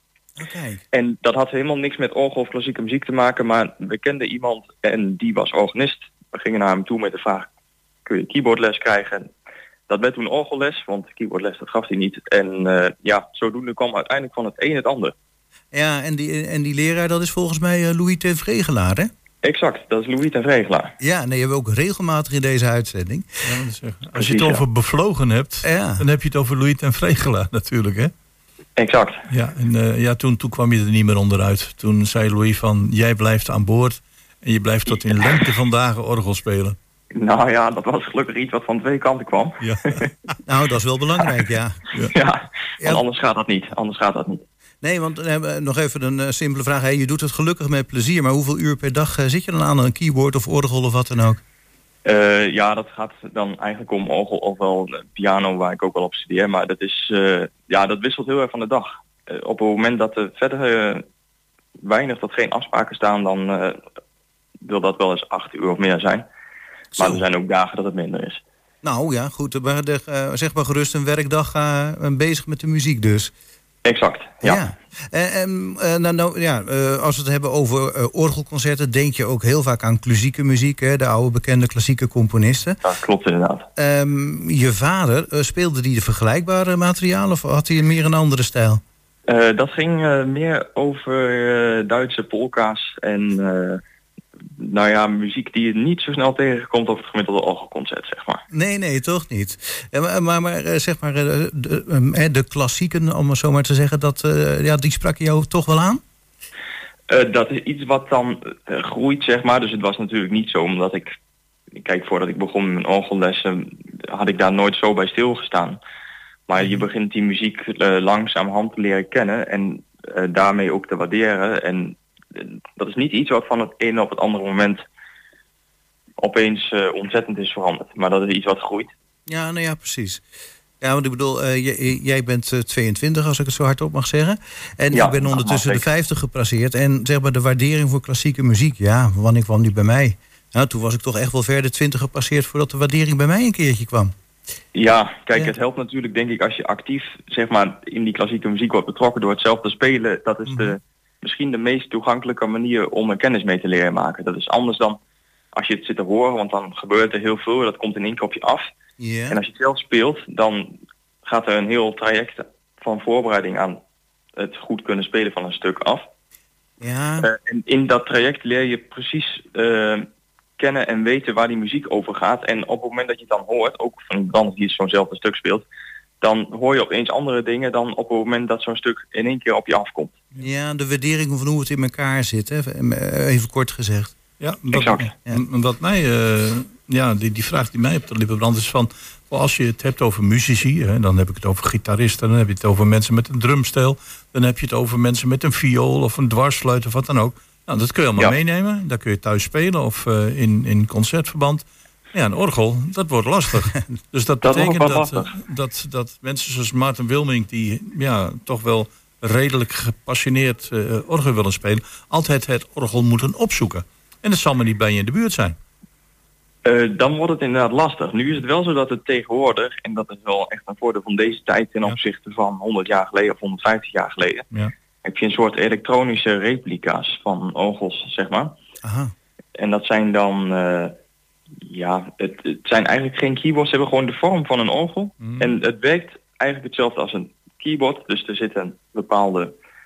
Oké. En dat had helemaal niks met orgel of klassieke muziek te maken, maar we kenden iemand en die was organist. We gingen naar hem toe met de vraag, kun je keyboardles krijgen? Dat werd toen orgelles, want keyboardles dat gaf hij niet. En uh, ja, zodoende kwam uiteindelijk van het een het ander. Ja, en die, en die leraar, dat is volgens mij uh, Louis ten Vregelaar, hè? Exact, dat is Louis ten Vregelaar. Ja, nee, hebben we ook regelmatig in deze uitzending. Ja, dat is echt- Als je Precies, het ja. over bevlogen hebt, Ja. dan heb je het over Louis ten Vregelaar natuurlijk, hè? Exact. Ja, en uh, ja, toen, toen kwam je er niet meer onderuit. Toen zei Louis van, jij blijft aan boord en je blijft tot in lengte van dagen orgel spelen. Nou ja, dat was gelukkig iets wat van twee kanten kwam. Ja, Nou, dat is wel belangrijk, ja. Ja, Ja. want anders gaat dat niet. Anders gaat dat niet. Nee, want uh, nog even een uh, simpele vraag. Hey, je doet het gelukkig met plezier, maar hoeveel uur per dag uh, zit je dan aan een keyboard of orgel of wat dan ook? Uh, ja, dat gaat dan eigenlijk om orgel of wel uh, piano, waar ik ook wel op studeer. Maar dat is, uh, ja, dat wisselt heel erg van de dag. Uh, op het moment dat er verder uh, weinig tot geen afspraken staan, dan uh, wil dat wel eens acht uur of meer zijn. Maar Zo. er zijn ook dagen dat het minder is. Nou ja, goed. Maar de, uh, zeg maar gerust een werkdag uh, bezig met de muziek dus. Exact, ja. Ja. En, en, uh, nou, nou, ja, uh, als we het hebben over uh, orgelconcerten, denk je ook heel vaak aan klassieke muziek, hè, de oude bekende klassieke componisten. Dat klopt inderdaad. Um, je vader, uh, speelde die de vergelijkbare materiaal of had hij meer een andere stijl? Uh, dat ging uh, meer over uh, Duitse polka's en uh, nou ja, muziek die je niet zo snel tegenkomt op het gemiddelde orgelconcert, zeg maar. Nee, nee, toch niet. Ja, maar, maar, maar uh, zeg maar, uh, de, um, de klassieken, om het zo maar te zeggen, dat, uh, ja, die sprak je jou toch wel aan? Uh, dat is iets wat dan uh, groeit, zeg maar. Dus het was natuurlijk niet zo, omdat ik... Kijk, voordat ik begon met mijn orgellessen had ik daar nooit zo bij stilgestaan. Maar je begint die muziek uh, langzamerhand te leren kennen en uh, daarmee ook te waarderen. En uh, dat is niet iets wat van het ene op het andere moment opeens uh, ontzettend is veranderd. Maar dat is iets wat groeit. Ja, nou ja, precies. Ja, want ik bedoel, uh, j- jij bent uh, tweeëntwintig, als ik het zo hardop mag zeggen. En Ja, ik ben dat ondertussen mag de zeker. vijftig gepasseerd. En zeg maar, de waardering voor klassieke muziek, ja, wanneer kwam die bij mij? Nou, toen was ik toch echt wel ver de twintig gepasseerd voordat de waardering bij mij een keertje kwam. Ja, kijk, Ja. het helpt natuurlijk denk ik als je actief zeg maar in die klassieke muziek wordt betrokken door het zelf te spelen. Dat is Mhm. de, misschien de meest toegankelijke manier om er kennis mee te leren maken. Dat is anders dan als je het zit te horen, want dan gebeurt er heel veel. Dat komt in één keer op je af. Ja. En als je het zelf speelt, dan gaat er een heel traject van voorbereiding aan het goed kunnen spelen van een stuk af. Ja. Uh, en in dat traject leer je precies uh, kennen en weten waar die muziek over gaat. En op het moment dat je het dan hoort, ook van iemand anders die zo'nzelfde stuk speelt, dan hoor je opeens andere dingen dan op het moment dat zo'n stuk in één keer op je afkomt. Ja, de waardering van hoe het in elkaar zit, hè? Even kort gezegd. ja, wat, Exact. Ja. m- wat mij, uh, ja, die, die vraag die mij op de lippen brandt is van, wel, als je het hebt over muzici, hè, dan heb ik het over gitaristen, dan heb je het over mensen met een drumstijl, dan heb je het over mensen met een viool of een dwarsfluit of wat dan ook. Nou, dat kun je allemaal Ja. meenemen, daar kun je thuis spelen of uh, in, in concertverband. Ja, een orgel, dat wordt lastig. Dus dat Dat betekent wordt dat, lastig. uh, dat, dat mensen zoals Maarten Wilming, die ja, toch wel redelijk gepassioneerd uh, orgel willen spelen, altijd het orgel moeten opzoeken. En dat zal maar niet bij je in de buurt zijn. Uh, dan wordt het inderdaad lastig. Nu is het wel zo dat het tegenwoordig, en dat is wel echt een voordeel van deze tijd ten Ja. opzichte van honderd jaar geleden of honderdvijftig jaar geleden, Ja. heb je een soort elektronische replica's van orgels, zeg maar. Aha. En dat zijn dan, uh, ja, het, het zijn eigenlijk geen keyboards, ze hebben gewoon de vorm van een orgel. Mm. En het werkt eigenlijk hetzelfde als een keyboard, dus er zit een bepaalde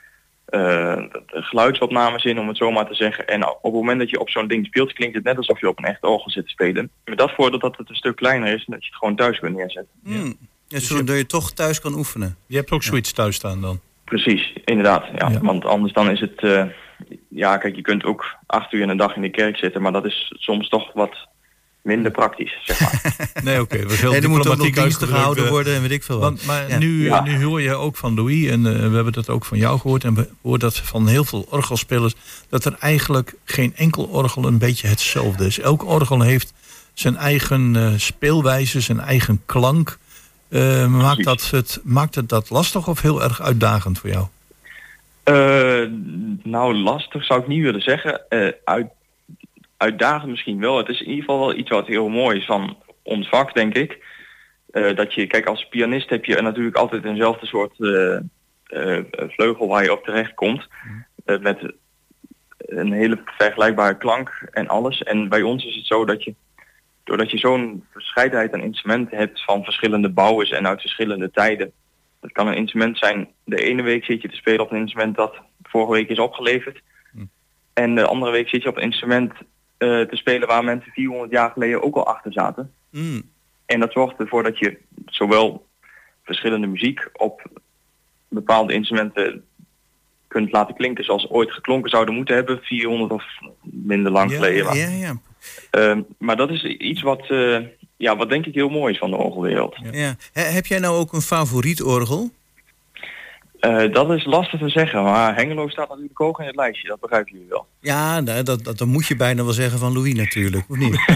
uh, de geluidsopnames in, om het zo maar te zeggen. En op het moment dat je op zo'n ding speelt, klinkt het net alsof je op een echt orgel zit te spelen. Met dat voordeel dat het een stuk kleiner is en dat je het gewoon thuis kunt neerzetten. Mm. Ja, zodat je toch thuis kan oefenen. Je hebt ook zoiets thuis staan dan? Precies, inderdaad. Ja. Ja. Want anders dan is het... Uh, ja, kijk, je kunt ook acht uur in een dag in de kerk zitten, maar dat is soms toch wat minder praktisch, zeg maar. Nee, oké. Okay, heel nee, er moet ook nog diplomatiek diensten gehouden worden en weet ik veel wat. Want, maar ja. nu, Ja. nu hoor je ook van Louis, en uh, we hebben dat ook van jou gehoord, en we horen dat van heel veel orgelspelers, dat er eigenlijk geen enkel orgel een beetje hetzelfde is. Elk orgel heeft zijn eigen uh, speelwijze, zijn eigen klank. Uh, maakt, dat het, maakt het dat lastig of heel erg uitdagend voor jou? Uh, nou, lastig zou ik niet willen zeggen. Uh, uit, uitdagend misschien wel. Het is in ieder geval wel iets wat heel mooi is van ons vak, denk ik. Uh, dat je, kijk, als pianist heb je natuurlijk altijd eenzelfde soort uh, uh, vleugel waar je op terecht komt. Uh, met een hele vergelijkbare klank en alles. En bij ons is het zo dat je, doordat je zo'n verscheidenheid aan instrumenten hebt van verschillende bouwers en uit verschillende tijden. Het kan een instrument zijn, de ene week zit je te spelen op een instrument dat vorige week is opgeleverd. Mm. En de andere week zit je op een instrument uh, te spelen waar mensen vierhonderd jaar geleden ook al achter zaten. Mm. En dat zorgt ervoor dat je zowel verschillende muziek op bepaalde instrumenten kunt laten klinken zoals ooit geklonken zouden moeten hebben, vierhonderd of minder lang ja, geleden. Maar, ja, ja. uh, maar dat is iets wat... Uh, Ja, wat denk ik heel mooi is van de orgelwereld. Ja. Ja. He, heb jij nou ook een favoriet orgel? Uh, dat is lastig te zeggen, maar Hengelo staat natuurlijk hoog in het lijstje, dat begrijpen jullie wel. Ja, nou, dat, dat, dat moet je bijna wel zeggen van Louis natuurlijk, of niet?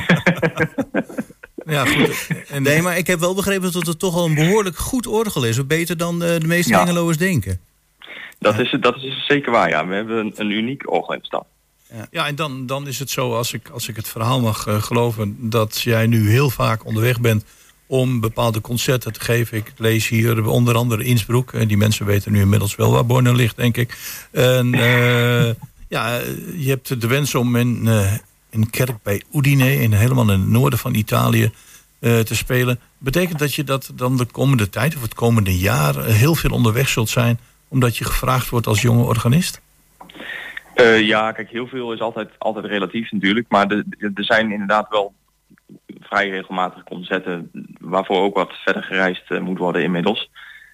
Ja, goed. En nee, maar ik heb wel begrepen dat het toch al een behoorlijk goed orgel is. Beter dan uh, de meeste ja. Hengeloers denken. Dat, ja. is, dat is zeker waar, ja. We hebben een, een uniek orgel in de stad. Ja, ja en dan, dan is het zo, als ik, als ik het verhaal mag uh, geloven, dat jij nu heel vaak onderweg bent om bepaalde concerten te geven. Ik lees hier onder andere Innsbruck. En die mensen weten nu inmiddels wel waar Borne ligt, denk ik. En uh, ja, je hebt de wens om in uh, een kerk bij Udine, in, helemaal in het noorden van Italië, uh, te spelen. Betekent dat je dat dan de komende tijd of het komende jaar uh, heel veel onderweg zult zijn, omdat je gevraagd wordt als jonge organist? Uh, ja, kijk, heel veel is altijd, altijd relatief natuurlijk. Maar er zijn inderdaad wel vrij regelmatig concerten waarvoor ook wat verder gereisd uh, moet worden inmiddels.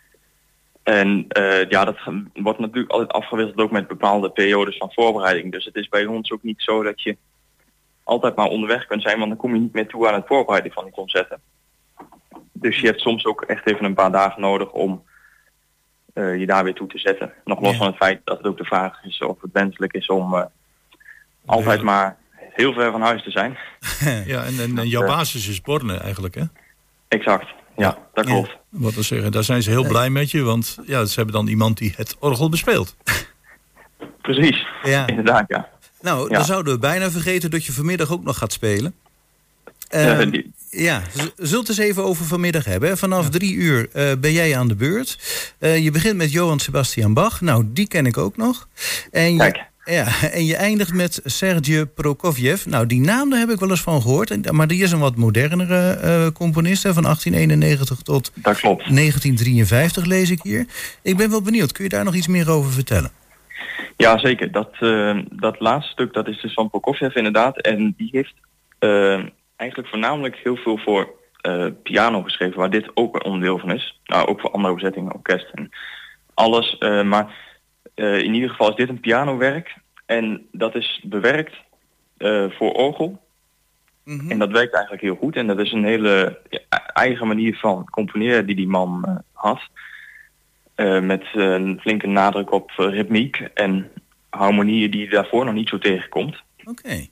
En uh, ja, dat wordt natuurlijk altijd afgewisseld ook met bepaalde periodes van voorbereiding. Dus het is bij ons ook niet zo dat je altijd maar onderweg kunt zijn, want dan kom je niet meer toe aan het voorbereiden van die concerten. Dus je hebt soms ook echt even een paar dagen nodig om uh, je daar weer toe te zetten. Nog los ja. van het feit dat het ook de vraag is of het wenselijk is om uh, altijd maar heel ver van huis te zijn. Ja, en, en, en jouw basis is Borne eigenlijk, hè? Exact, ja, dat klopt. Ja. Wat te zeggen, daar zijn ze heel blij met je, want ja, ze hebben dan iemand die het orgel bespeelt. Precies, ja. Inderdaad, ja. Nou, ja. dan zouden we bijna vergeten dat je vanmiddag ook nog gaat spelen. Uh, uh, die... Ja, zult eens even over vanmiddag hebben. Vanaf ja. drie uur uh, ben jij aan de beurt. Uh, je begint met Johann Sebastian Bach. Nou, die ken ik ook nog. En je, Kijk. Ja, en je eindigt met Serge Prokofjev. Nou, die naam daar heb ik wel eens van gehoord. Maar die is een wat modernere uh, componist. Hè, van achttien eenennegentig tot dat klopt. negentien drieënvijftig lees ik hier. Ik ben wel benieuwd. Kun je daar nog iets meer over vertellen? Ja, zeker. Dat, uh, dat laatste stuk, dat is dus van Prokofjev inderdaad. En die heeft uh, eigenlijk voornamelijk heel veel voor uh, piano geschreven, waar dit ook een onderdeel van is. Nou, ook voor andere bezettingen, orkest en alles. Uh, maar uh, in ieder geval is dit een pianowerk. En dat is bewerkt uh, voor orgel. Mm-hmm. En dat werkt eigenlijk heel goed. En dat is een hele ja, eigen manier van componeren die die man uh, had. Uh, met uh, een flinke nadruk op uh, ritmiek en harmonieën die je daarvoor nog niet zo tegenkomt. Oké. Okay.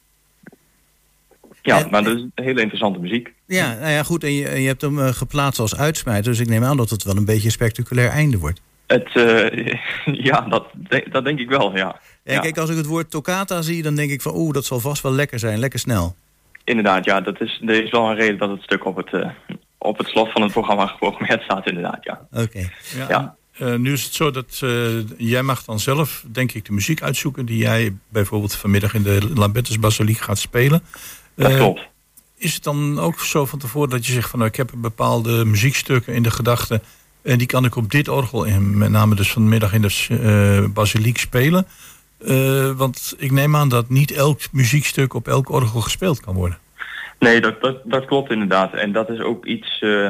Ja, en, maar dat is een hele interessante muziek. Ja, nou ja, goed. En je, je hebt hem uh, geplaatst als uitsmijter. Dus ik neem aan dat het wel een beetje een spectaculair einde wordt. Het, uh, ja, dat, dat denk ik wel, ja. Ja, kijk, als ik het woord toccata zie, dan denk ik van oeh, dat zal vast wel lekker zijn. Lekker snel. Inderdaad, ja. Dat is, er is wel een reden dat het stuk op het, uh, op het slot van het programma geprogrammeerd staat, inderdaad, ja. Oké. Okay. Ja, ja. Uh, nu is het zo dat uh, jij mag dan zelf, denk ik, de muziek uitzoeken die jij bijvoorbeeld vanmiddag in de Lambertus Basiliek gaat spelen. Uh, dat klopt. Is het dan ook zo van tevoren dat je zegt van nou, ik heb bepaalde muziekstukken in de gedachten En die kan ik op dit orgel, en met name dus vanmiddag in de uh, basiliek spelen. Uh, want ik neem aan dat niet elk muziekstuk op elk orgel gespeeld kan worden. Nee, dat, dat, dat klopt inderdaad. En dat is ook iets uh,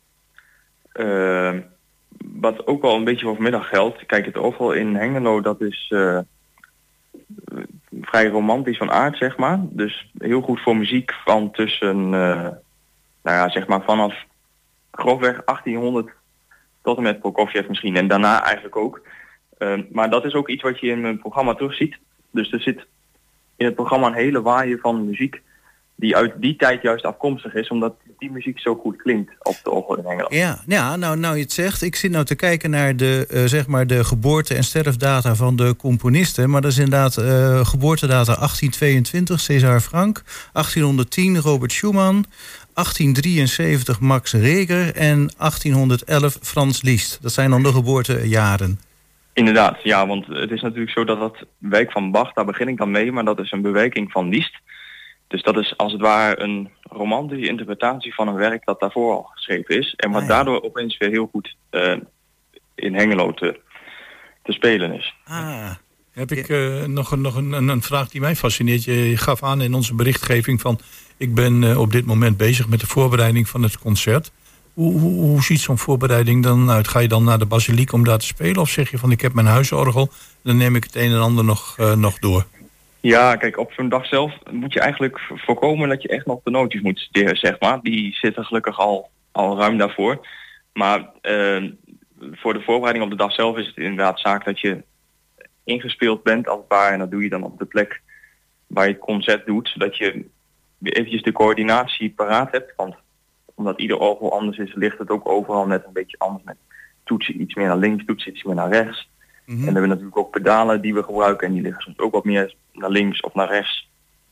uh, wat ook al een beetje voor vanmiddag geldt. Kijk, het orgel in Hengelo, dat is uh, vrij romantisch van aard, zeg maar. Dus heel goed voor muziek van tussen, uh, nou ja, zeg maar vanaf grofweg achttienhonderd tot en met Prokofjev misschien. En daarna eigenlijk ook. Uh, maar dat is ook iets wat je in mijn programma terugziet. Dus er zit in het programma een hele waaier van muziek die uit die tijd juist afkomstig is, omdat die muziek zo goed klinkt op de orgel in Engeland. Ja, ja nou, nou je het zegt, ik zit nou te kijken naar de, uh, zeg maar de geboorte- en sterfdata van de componisten, maar dat is inderdaad uh, geboortedata achttien tweeëntwintig, César Franck, achttienhonderdtien, Robert Schumann, achttien drieënzeventig, Max Reger en achttienhonderdelf, Frans Liszt. Dat zijn dan de geboortejaren. Inderdaad, ja, want het is natuurlijk zo dat dat werk van Bach, daar begin ik dan mee, maar dat is een bewerking van Liszt. Dus dat is als het ware een romantische interpretatie van een werk dat daarvoor al geschreven is. En wat ah, ja. daardoor opeens weer heel goed uh, in Hengelo te, te spelen is. Ah. Heb ik uh, nog, een, nog een, een vraag die mij fascineert. Je gaf aan in onze berichtgeving van, ik ben uh, op dit moment bezig met de voorbereiding van het concert. Hoe, hoe, hoe ziet zo'n voorbereiding dan uit? Ga je dan naar de basiliek om daar te spelen? Of zeg je van, ik heb mijn huisorgel, dan neem ik het een en ander nog, uh, nog door? Ja, kijk, op zo'n dag zelf moet je eigenlijk voorkomen dat je echt nog de nootjes moet studeren, zeg maar. Die zitten gelukkig al, al ruim daarvoor. Maar uh, voor de voorbereiding op de dag zelf is het inderdaad zaak dat je ingespeeld bent als het ware. En dat doe je dan op de plek waar je het concert doet, zodat je weer eventjes de coördinatie paraat hebt. Want omdat ieder orgel anders is, ligt het ook overal net een beetje anders. Met toetsen iets meer naar links, toetsen iets meer naar rechts. Mm-hmm. En dan hebben we natuurlijk ook pedalen die we gebruiken en die liggen soms ook wat meer naar links of naar rechts.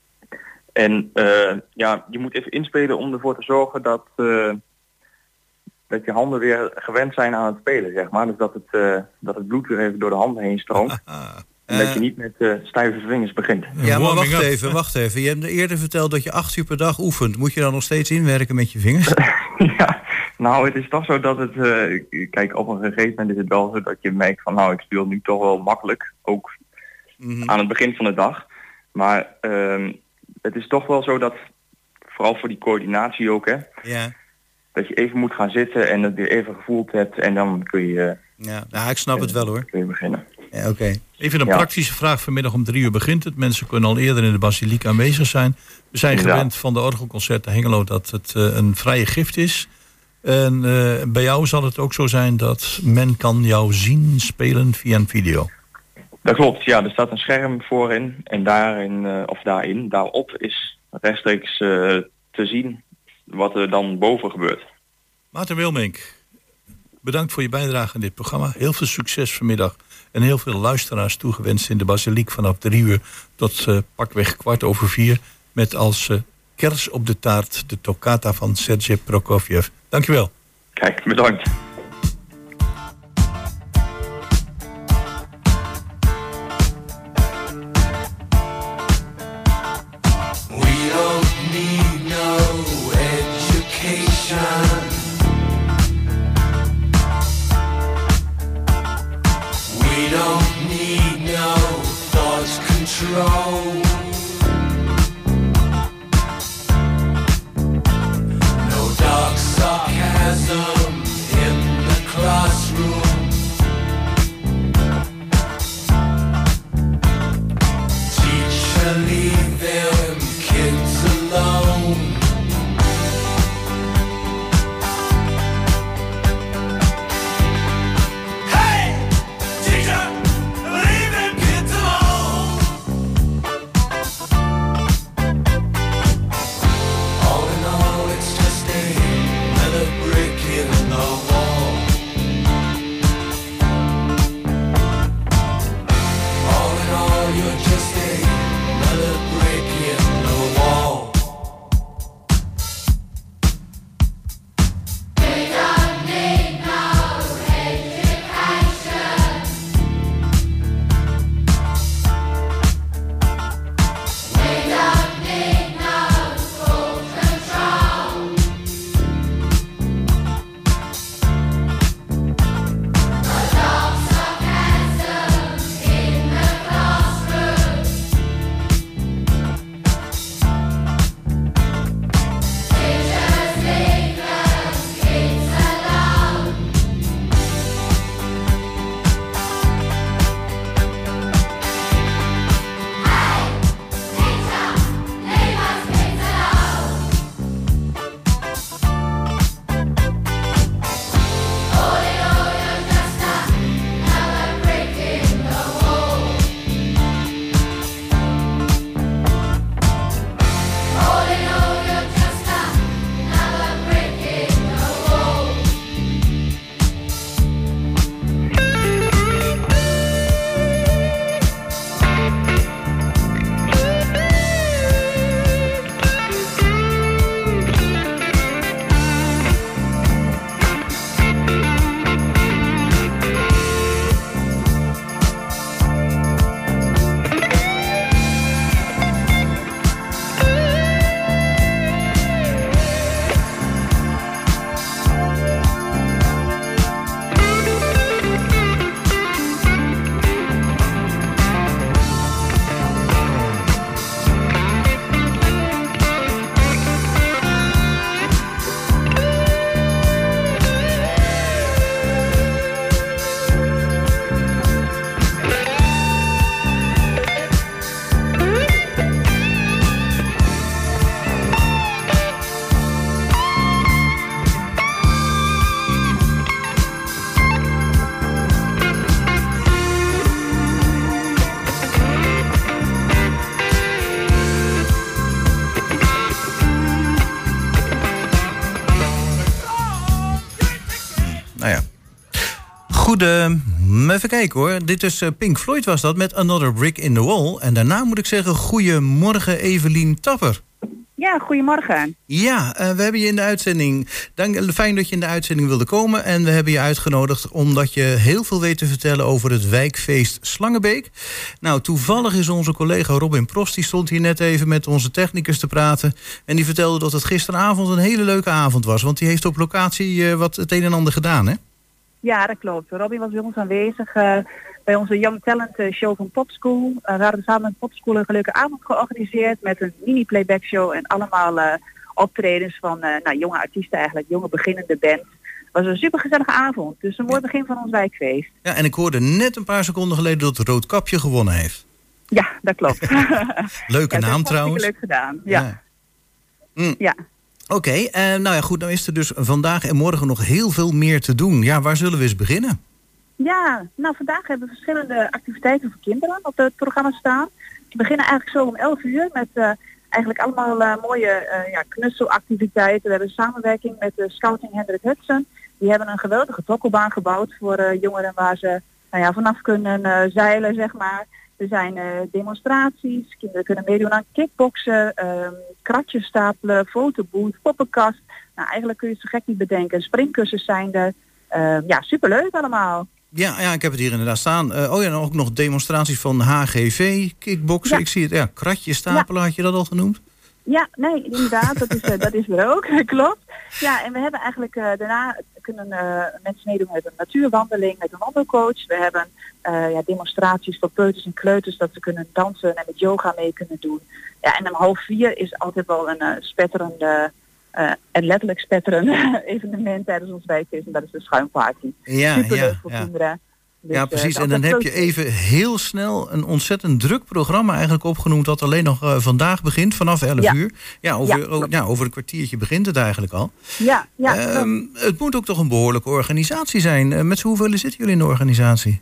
En uh, ja, je moet even inspelen om ervoor te zorgen dat, uh, dat je handen weer gewend zijn aan het spelen, zeg maar. Dus dat het, uh, dat het bloed weer even door de handen heen stroomt. En dat je niet met uh, stijve vingers begint. Ja, maar wacht even, wacht even. Je hebt eerder verteld dat je acht uur per dag oefent. Moet je dan nog steeds inwerken met je vingers? Ja, nou het is toch zo dat het... Uh, kijk, op een gegeven moment is het wel zo dat je merkt van... nou, ik speel nu toch wel makkelijk. Ook mm-hmm. aan het begin van de dag. Maar uh, het is toch wel zo dat... vooral voor die coördinatie ook, hè... Ja. Dat je even moet gaan zitten en het weer even gevoeld hebt. En dan kun je... Ja, nou, ik snap uh, het wel hoor. Kun je beginnen. Ja, oké. Okay. Even een ja. praktische vraag. Vanmiddag om drie uur begint het. Mensen kunnen al eerder in de basiliek aanwezig zijn. We zijn ja. gewend van de orgelconcerten Hengelo dat het uh, een vrije gift is. En uh, bij jou zal het ook zo zijn dat men kan jou zien spelen via een video. Dat klopt, ja. Er staat een scherm voorin. En daarin, uh, of daarin, daarop is rechtstreeks uh, te zien wat er dan boven gebeurt. Maarten Wilmink, bedankt voor je bijdrage aan dit programma. Heel veel succes vanmiddag. En heel veel luisteraars toegewenst in de basiliek vanaf drie uur tot uh, pakweg kwart over vier. Met als uh, kers op de taart de toccata van Sergej Prokofjev. Dankjewel. Kijk, bedankt. We don't need no education. We don't need no thought control. No dark sarcasm in Nou ja. Goed, uh, even kijken hoor. Dit is uh, Pink Floyd was dat met Another Brick in the Wall. En daarna moet ik zeggen, goedemorgen Evelien Tapper. Ja, goedemorgen. Ja, uh, we hebben je in de uitzending. Dank, fijn dat je in de uitzending wilde komen. En we hebben je uitgenodigd omdat je heel veel weet te vertellen over het wijkfeest Slangenbeek. Nou, toevallig is onze collega Robin Prost, die stond hier net even met onze technicus te praten. En die vertelde dat het gisteravond een hele leuke avond was. Want die heeft op locatie uh, wat het een en ander gedaan, hè? Ja, dat klopt. Robin was bij ons aanwezig uh, bij onze Young Talent uh, show van Popschool. Uh, we hadden samen met Popschool een leuke avond georganiseerd met een mini-playback show en allemaal uh, optredens van uh, nou, jonge artiesten eigenlijk, jonge beginnende bands. Het was een supergezellige avond, dus een mooi begin van ons wijkfeest. Ja, en ik hoorde net een paar seconden geleden dat Roodkapje gewonnen heeft. Ja, dat klopt. Leuke ja, naam trouwens. Leuk gedaan, ja. Ja. Mm. ja. Oké, okay, uh, nou ja goed, dan is er dus vandaag en morgen nog heel veel meer te doen. Ja, waar zullen we eens beginnen? Ja, nou vandaag hebben we verschillende activiteiten voor kinderen op het programma staan. We beginnen eigenlijk zo om elf uur met uh, eigenlijk allemaal uh, mooie uh, ja, knutselactiviteiten. We hebben samenwerking met de Scouting Hendrik Hudson. Die hebben een geweldige tokkelbaan gebouwd voor uh, jongeren waar ze nou ja, vanaf kunnen uh, zeilen, zeg maar. Er zijn uh, demonstraties, kinderen kunnen meedoen aan kickboksen, um, kratjes stapelen, fotoboot, poppenkast. Nou, eigenlijk kun je het zo gek niet bedenken. Springkussens zijn er. Uh, ja, superleuk allemaal. Ja, ja, ik heb het hier inderdaad staan. Uh, oh ja, en ook nog demonstraties van H G V, kickboksen. Ja. Ik zie het, ja, kratjes stapelen, ja. Had je dat al genoemd? Ja, nee, inderdaad, dat is, uh, dat is er ook, klopt. Ja, en we hebben eigenlijk uh, daarna kunnen uh, mensen meedoen met een natuurwandeling, met een wandelcoach. We hebben uh, ja, demonstraties voor peuters en kleuters, dat ze kunnen dansen en met yoga mee kunnen doen. Ja, en om half vier is altijd wel een uh, spetterende, uh, en letterlijk spetterende evenement tijdens ons wijkfeest. En dat is de schuimparty. Ja, superleuk ja, voor ja. kinderen. Dus, ja, precies. Uh, en dan heb je even heel snel een ontzettend druk programma eigenlijk opgenoemd dat alleen nog uh, vandaag begint, vanaf elf ja. uur. Ja over, Ja, oh, ja, over een kwartiertje begint het eigenlijk al. Ja, ja. Um, het moet ook toch een behoorlijke organisatie zijn. Uh, met z'n hoeveel zitten jullie in de organisatie?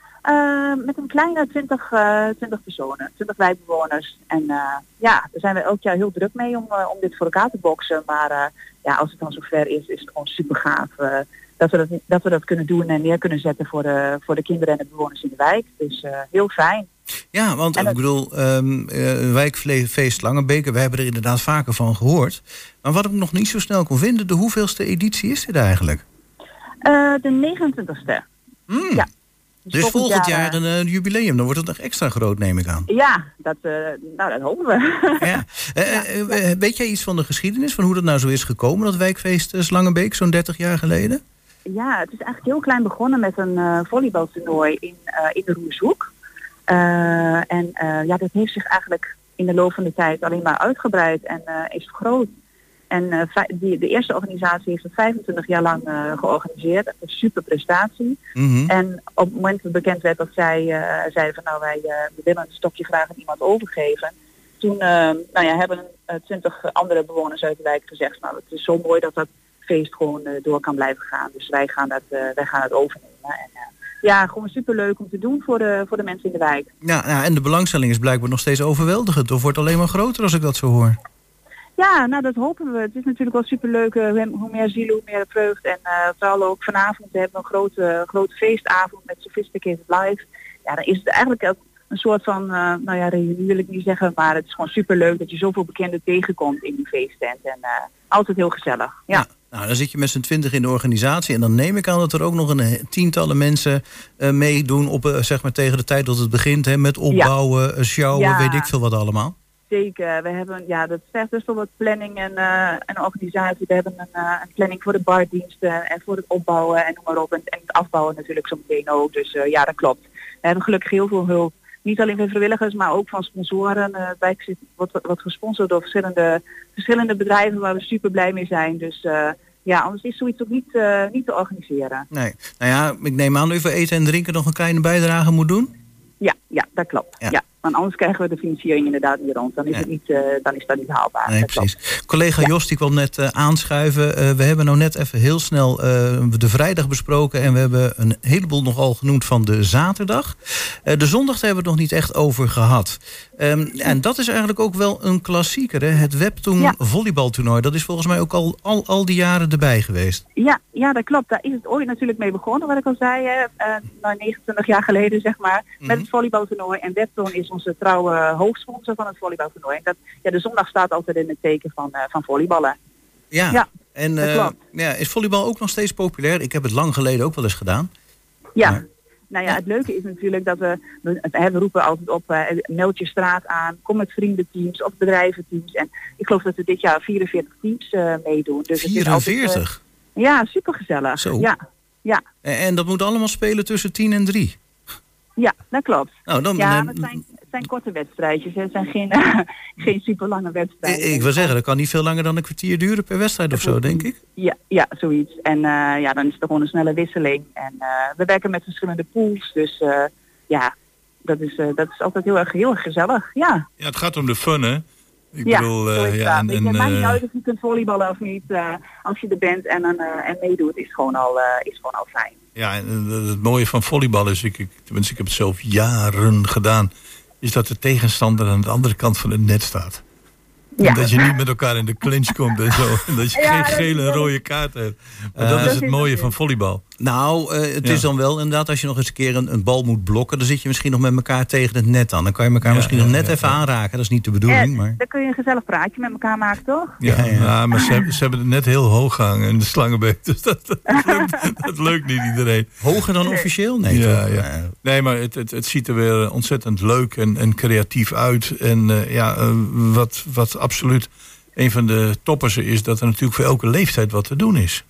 Uh, met een kleine twintig, uh, twintig personen, twintig wijkbewoners. En uh, ja, daar zijn we elk jaar heel druk mee om, uh, om dit voor elkaar te boksen. Maar uh, ja, als het dan zover is, is het gewoon super gaaf. Uh, Dat we dat, dat we dat kunnen doen en neer kunnen zetten voor de, voor de kinderen en de bewoners in de wijk. Dus uh, heel fijn. Ja, want en ik bedoel, um, uh, wijkfeest Slangenbeek, we hebben er inderdaad vaker van gehoord. Maar wat ik nog niet zo snel kon vinden, de hoeveelste editie is dit eigenlijk? Uh, de negenentwintigste. Mm. Ja. Dus, dus volgend jaar, jaar een uh, jubileum, dan wordt het nog extra groot, neem ik aan. Ja, dat, uh, nou, dat hopen we. Ja. Uh, ja. Uh, weet jij iets van de geschiedenis, van hoe dat nou zo is gekomen, dat wijkfeest uh, Slangenbeek, zo'n dertig jaar geleden? Ja, het is eigenlijk heel klein begonnen met een uh, volleybaltoernooi in, uh, in de Roershoek. Uh, en uh, ja, dat heeft zich eigenlijk in de loop van de tijd alleen maar uitgebreid en uh, is vergroot. En uh, die, de eerste organisatie heeft het vijfentwintig jaar lang uh, georganiseerd. Dat is een super prestatie. Mm-hmm. En op het moment dat bekend werd dat zij uh, zeiden van nou wij uh, we willen een stokje graag aan iemand overgeven. Toen uh, nou ja, hebben twintig uh, andere bewoners uit de wijk gezegd, nou het is zo mooi dat dat feest gewoon uh, door kan blijven gaan. Dus wij gaan dat, uh, wij gaan het overnemen. En, uh, ja, gewoon superleuk om te doen voor de, voor de mensen in de wijk. Ja, ja, en de belangstelling is blijkbaar nog steeds overweldigend. Of wordt alleen maar groter als ik dat zo hoor? Ja, nou dat hopen we. Het is natuurlijk wel superleuk. Uh, hoe meer zielen, hoe meer vreugd. En uh, vooral ook vanavond hebben we een grote, grote feestavond met Sophisticated Live. Ja, dan is het eigenlijk ook een soort van, uh, nou ja, reunie wil ik niet zeggen. Maar het is gewoon superleuk dat je zoveel bekenden tegenkomt in die feesttent. En uh, altijd heel gezellig. Ja. ja. Nou, dan zit je met z'n twintig in de organisatie en dan neem ik aan dat er ook nog een tientallen mensen uh, meedoen op, uh, zeg maar tegen de tijd dat het begint, hè, met opbouwen, ja. sjouwen, ja. weet ik veel wat allemaal. Zeker. We hebben, ja, dat vergt dus wel wat planning en, uh, en organisatie. We hebben een, uh, een planning voor de bardiensten en voor het opbouwen en noem maar op. En, en het afbouwen natuurlijk zo meteen ook. Dus uh, ja, dat klopt. We hebben gelukkig heel veel hulp. Niet alleen van vrijwilligers, maar ook van sponsoren. Uh, wij wordt wat gesponsord door verschillende, verschillende bedrijven waar we super blij mee zijn. Dus uh, ja, anders is zoiets ook niet, uh, niet te organiseren. Nee. Nou ja, ik neem aan dat u voor eten en drinken nog een kleine bijdrage moet doen? Ja, Ja, dat klopt. Ja. Ja. Want anders krijgen we de financiering inderdaad niet rond. Dan is, Ja. het niet, uh, dan is dat niet haalbaar. Nee, Dat klopt. precies. Collega Ja. Jos die kwam net uh, aanschuiven. Uh, we hebben nou net even heel snel uh, de vrijdag besproken. En we hebben een heleboel nogal genoemd van de zaterdag. Uh, de zondag daar hebben we het nog niet echt over gehad. Um, en dat is eigenlijk ook wel een klassieker. Hè? Het Webtoon Ja. volleybaltoernooi. Dat is volgens mij ook al, al, al die jaren erbij geweest. Ja, ja, dat klopt. Daar is het ooit natuurlijk mee begonnen, wat ik al zei. Hè. Uh, nou, negenentwintig jaar geleden, zeg maar. Mhm. Met het volleybaltoernooi. En Webtoon is onze trouwe hoofdsponsor van het volleybaltoernooi. En dat, ja, de zondag staat altijd in het teken van, uh, van volleyballen. Ja, Ja, en dat uh, klopt. ja, is volleybal ook nog steeds populair? Ik heb het lang geleden ook wel eens gedaan. Ja. Maar- Nou ja, het leuke is natuurlijk dat we, we, we roepen altijd op, uh, meld je straat aan, kom met vriendenteams of bedrijventeams. En ik geloof dat we dit jaar vierenveertig teams uh, meedoen. Dus het is altijd, vierenveertig? uh, ja, supergezellig. Zo. Ja, ja, En, en dat moet allemaal spelen tussen tien en drie? ja, dat klopt. Nou, dan, Ja, dan- maar het zijn, het zijn korte wedstrijdjes. hè. Het zijn geen, uh, geen super lange wedstrijden. Ik, ik wil zeggen, dat kan niet veel langer dan een kwartier duren per wedstrijd of zo, denk ik. Ja, ja, zoiets. En uh, ja, dan is het gewoon een snelle wisseling. En uh, we werken met verschillende pools. Dus uh, ja, dat is, uh, dat is altijd heel erg, heel erg gezellig. Ja, Ja, het gaat om de fun, hè? Ik ja bedoel, zo uh, is ja, dat. en, Het en, maakt niet uh, uit of je kunt volleyballen of niet. Uh, als je er bent en, dan, uh, en meedoet, is gewoon al, uh, is gewoon al fijn. ja, en uh, het mooie van volleybal is, ik, ik, tenminste ik heb het zelf jaren gedaan, is dat de tegenstander aan de andere kant van het net staat. Ja. En dat je niet met elkaar in de clinch komt en zo. En dat je Ja, geen dat is- gele en dat is- rode kaart hebt. Maar Uh, dat is dat het is mooie het. van volleybal. Nou, uh, het Ja. is dan wel inderdaad, als je nog eens een keer een, een bal moet blokken, dan zit je misschien nog met elkaar tegen het net aan. Dan kan je elkaar Ja, misschien ja, nog net ja, even ja. aanraken. Dat is niet de bedoeling, En maar... dan kun je een gezellig praatje met elkaar maken, toch? Ja, Ja, ja. ja, maar ze, hebben- ze hebben het net heel hoog gehangen in de slangenbeek. Dus dat, dat, lukt, dat lukt niet iedereen. Hoger dan officieel? Nee, Ja, toch? ja. Uh, Nee, maar het, het, het ziet er weer ontzettend leuk en, en creatief uit. En uh, ja, uh, wat, wat absoluut een van de toppers is, dat er natuurlijk voor elke leeftijd wat te doen is.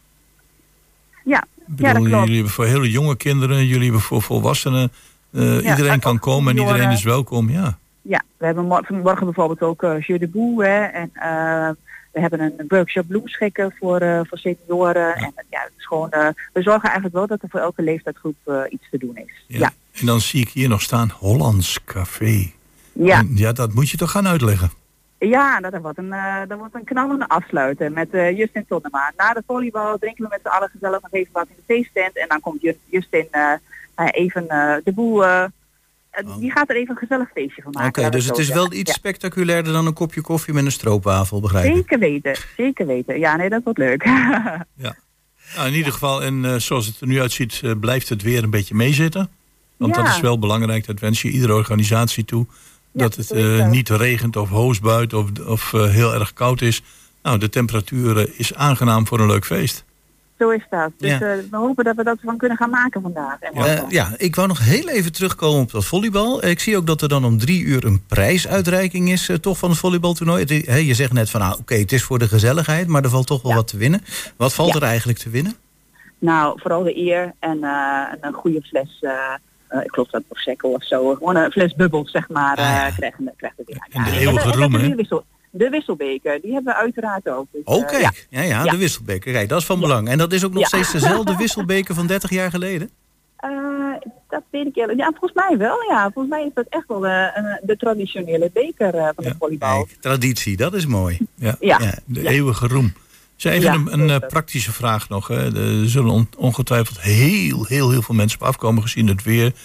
Ja, Ik ja, bedoel, dat klopt. jullie hebben voor hele jonge kinderen, jullie hebben voor volwassenen. Uh, Ja, iedereen en kan ook komen en iedereen senioren. is welkom, ja. Ja, we hebben morgen, morgen bijvoorbeeld ook uh, Jeu de Boe. Hè, en uh, we hebben een workshop bloemschikken voor, uh, voor senioren. Ja. En uh, ja, het is gewoon, uh, we zorgen eigenlijk wel dat er voor elke leeftijdsgroep uh, iets te doen is. ja. Ja, En dan zie ik hier nog staan Hollands Café. ja. En ja, dat moet je toch gaan uitleggen. ja dat, wordt een, uh, dat wordt een knallende afsluiten met uh, Justin Tonnema. Na de volleybal drinken we met z'n allen gezellig nog even wat in de feesttent. En dan komt Justin uh, uh, even uh, de boel... Uh, Uh, die gaat er even een gezellig feestje van maken. Oké, okay, dus het is wel zeggen. iets ja. spectaculairder dan een kopje koffie met een stroopwafel, begrijp ik? Zeker weten, zeker weten. Ja, nee, dat wordt leuk. Ja. Nou, in ieder geval, en uh, zoals het er nu uitziet, uh, blijft het weer een beetje meezitten. Want ja. dat is wel belangrijk, dat wens je iedere organisatie toe. Ja, dat het uh, niet regent of hoosbuit of, of uh, heel erg koud is. Nou, de temperatuur uh, is aangenaam voor een leuk feest. Zo is dat. Dus ja. uh, we hopen dat we dat van kunnen gaan maken vandaag. En uh, ja, ik wou nog heel even terugkomen op dat volleybal. Ik zie ook dat er dan om drie uur een prijsuitreiking is, uh, toch van het volleybaltoernooi. Het, he, je zegt net van, nou, oké, okay, het is voor de gezelligheid, maar er valt toch wel ja. wat te winnen. Wat valt ja. er eigenlijk te winnen? Nou, vooral de eer en uh, een goede fles, uh, uh, ik geloof dat Prosecco of zo, gewoon een fles bubbels, zeg maar, uh, ah, ja. krijgen, krijgen we weer. En de eeuwige roem, hè? De wisselbeker, die hebben we uiteraard ook. Dus, Oké, okay. uh, ja. Ja, ja, ja, de wisselbeker. Kijk, dat is van ja. belang. En dat is ook nog ja. steeds dezelfde wisselbeker van dertig jaar geleden? Uh, dat weet ik eerlijk. Ja, volgens mij wel, ja. Volgens mij is dat echt wel uh, de traditionele beker uh, van ja. de volleybal. Kijk, traditie, dat is mooi. Ja, ja. ja de ja. eeuwige roem. Zeg even ja, een, een uh, praktische vraag nog. Hè. Er zullen on, ongetwijfeld heel, heel, heel veel mensen op afkomen gezien het weer, uh,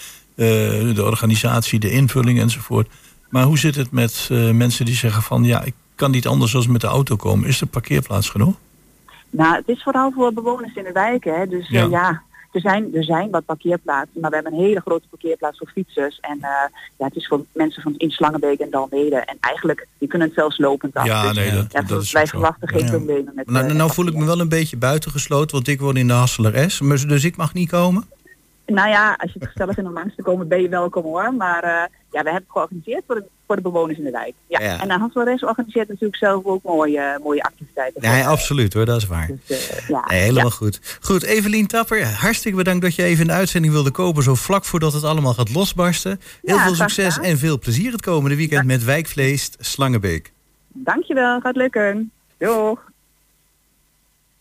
de organisatie, de invulling enzovoort. Maar hoe zit het met uh, mensen die zeggen van, ja, ik kan niet anders dan met de auto komen. Is er parkeerplaats genoeg? Nou, het is vooral voor bewoners in de wijken. Hè. Dus ja, uh, ja er, zijn, er zijn wat parkeerplaatsen. Maar we hebben een hele grote parkeerplaats voor fietsers. En uh, ja, het is voor mensen van in Slangenbeek en Dalmede. En eigenlijk, die kunnen het zelfs lopend af. Ja, dus, nee, dat, ja, dat is wij verwachten geen ja. problemen met Nou, uh, nou voel ik me wel een beetje buitengesloten, want ik woon in de Hasseler S. Dus ik mag niet komen? Nou ja, als je het gezellig vindt om langs te komen, ben je welkom hoor. Maar uh, ja, we hebben het georganiseerd voor de, voor de bewoners in de wijk. Ja. ja. En de Hasselres organiseert natuurlijk zelf ook mooie, mooie activiteiten. Ja, ja, absoluut hoor, dat is waar. Dus, uh, ja. Nee, helemaal ja. goed. Goed, Evelien Tapper, hartstikke bedankt dat je even in de uitzending wilde komen, zo vlak voordat het allemaal gaat losbarsten. Heel ja, veel succes en veel plezier het komende weekend ja. met Wijkvlees Slangenbeek. Dankjewel, gaat lukken. Doeg.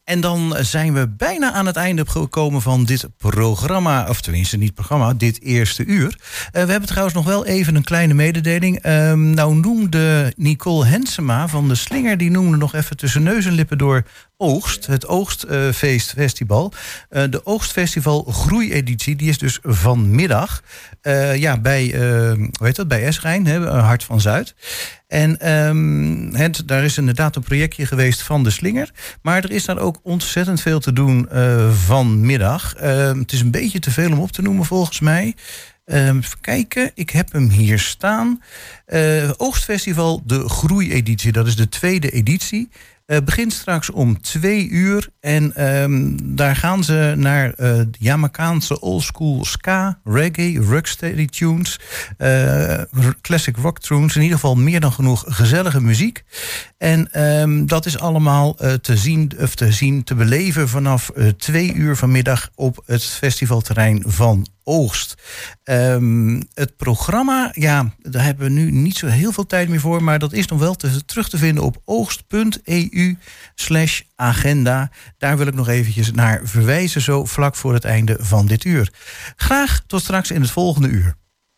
En dan zijn we bijna aan het einde gekomen van dit programma. Of tenminste niet programma, dit eerste uur. Uh, we hebben trouwens nog wel even een kleine mededeling. Uh, nou noemde Nicole Hensema van de Slinger... die noemde nog even tussen neus en lippen door Oogst. Het Oogstfeestfestival. Uh, uh, de Oogstfestival Groeieditie, die is dus vanmiddag. Uh, ja, bij, uh, hoe heet dat, bij Esrijn, hè, Hart van Zuid. En um, het, daar is inderdaad een projectje geweest van de Slinger. Maar er is daar ook ontzettend veel te doen uh, vanmiddag. Uh, het is een beetje te veel om op te noemen volgens mij. Uh, even kijken, ik heb hem hier staan. Uh, Oogstfestival, de Groeieditie, dat is de tweede editie. Uh, begint straks om twee uur. En um, daar gaan ze naar uh, de Jamaicaanse oldschool ska, reggae, rocksteady tunes, uh, classic rock tunes. In ieder geval meer dan genoeg gezellige muziek. En um, dat is allemaal uh, te zien of te zien, te beleven vanaf uh, twee uur vanmiddag op het festivalterrein van Oogst. Um, het programma, ja, daar hebben we nu niet zo heel veel tijd meer voor, maar dat is nog wel te, terug te vinden op oogst.eu slash agenda. Daar wil ik nog eventjes naar verwijzen, zo vlak voor het einde van dit uur. Graag tot straks in het volgende uur.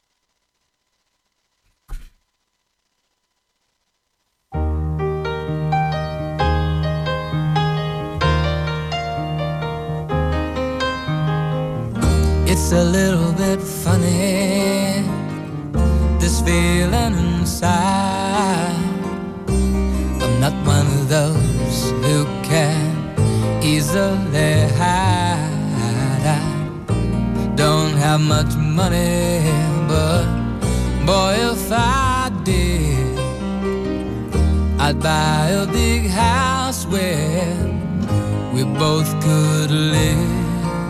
It's a little bit funny, this feeling inside. I'm not one of those who can easily hide. I don't have much money, but boy, if I did, I'd buy a big house where we both could live.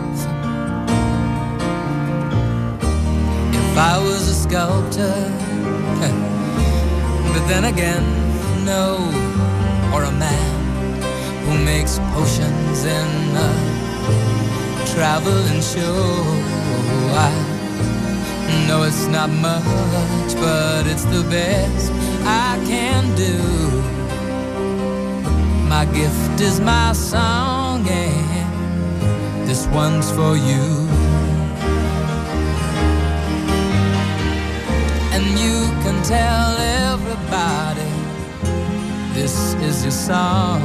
If I was a sculptor, but then again, no, or a man who makes potions in a traveling show. I know it's not much, but it's the best I can do. My gift is my song, and this one's for you. And you can tell everybody this is your song.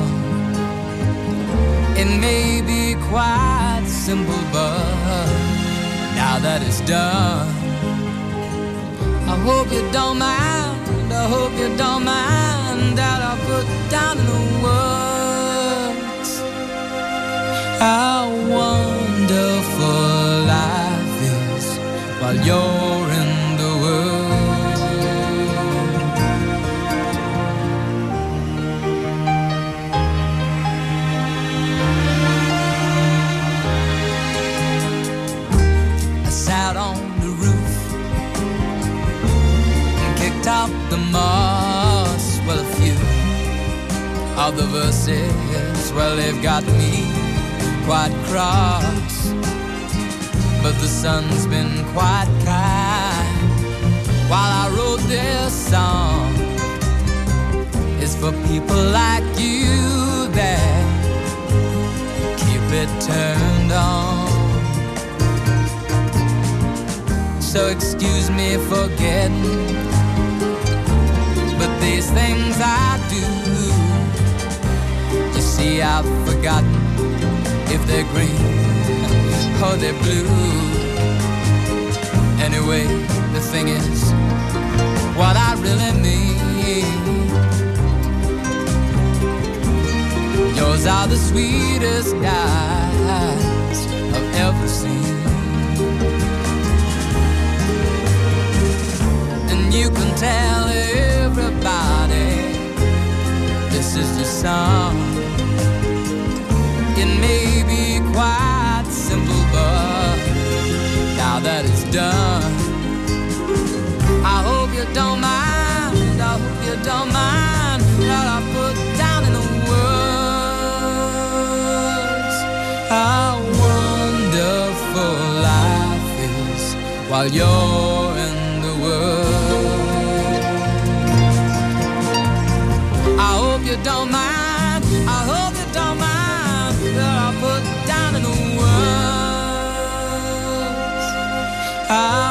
It may be quite simple, but now that it's done, I hope you don't mind, I hope you don't mind that I put down in the words how wonderful life is while you're in the world. Top the moss, well, a few of the verses, well, they've got me quite cross, but the sun's been quite kind while I wrote this song. It's for people like you that keep it turned on. So excuse me for getting, but these things I do, you see, I've forgotten if they're green or they're blue. Anyway, the thing is, what I really mean, yours are the sweetest eyes I've ever seen. And you can tell everybody this is your song. It may be quite simple, but now that it's done, I hope you don't mind, I hope you don't mind that I put down in the words how wonderful life is while you're in the world. I hope you don't mind, I hope you don't mind I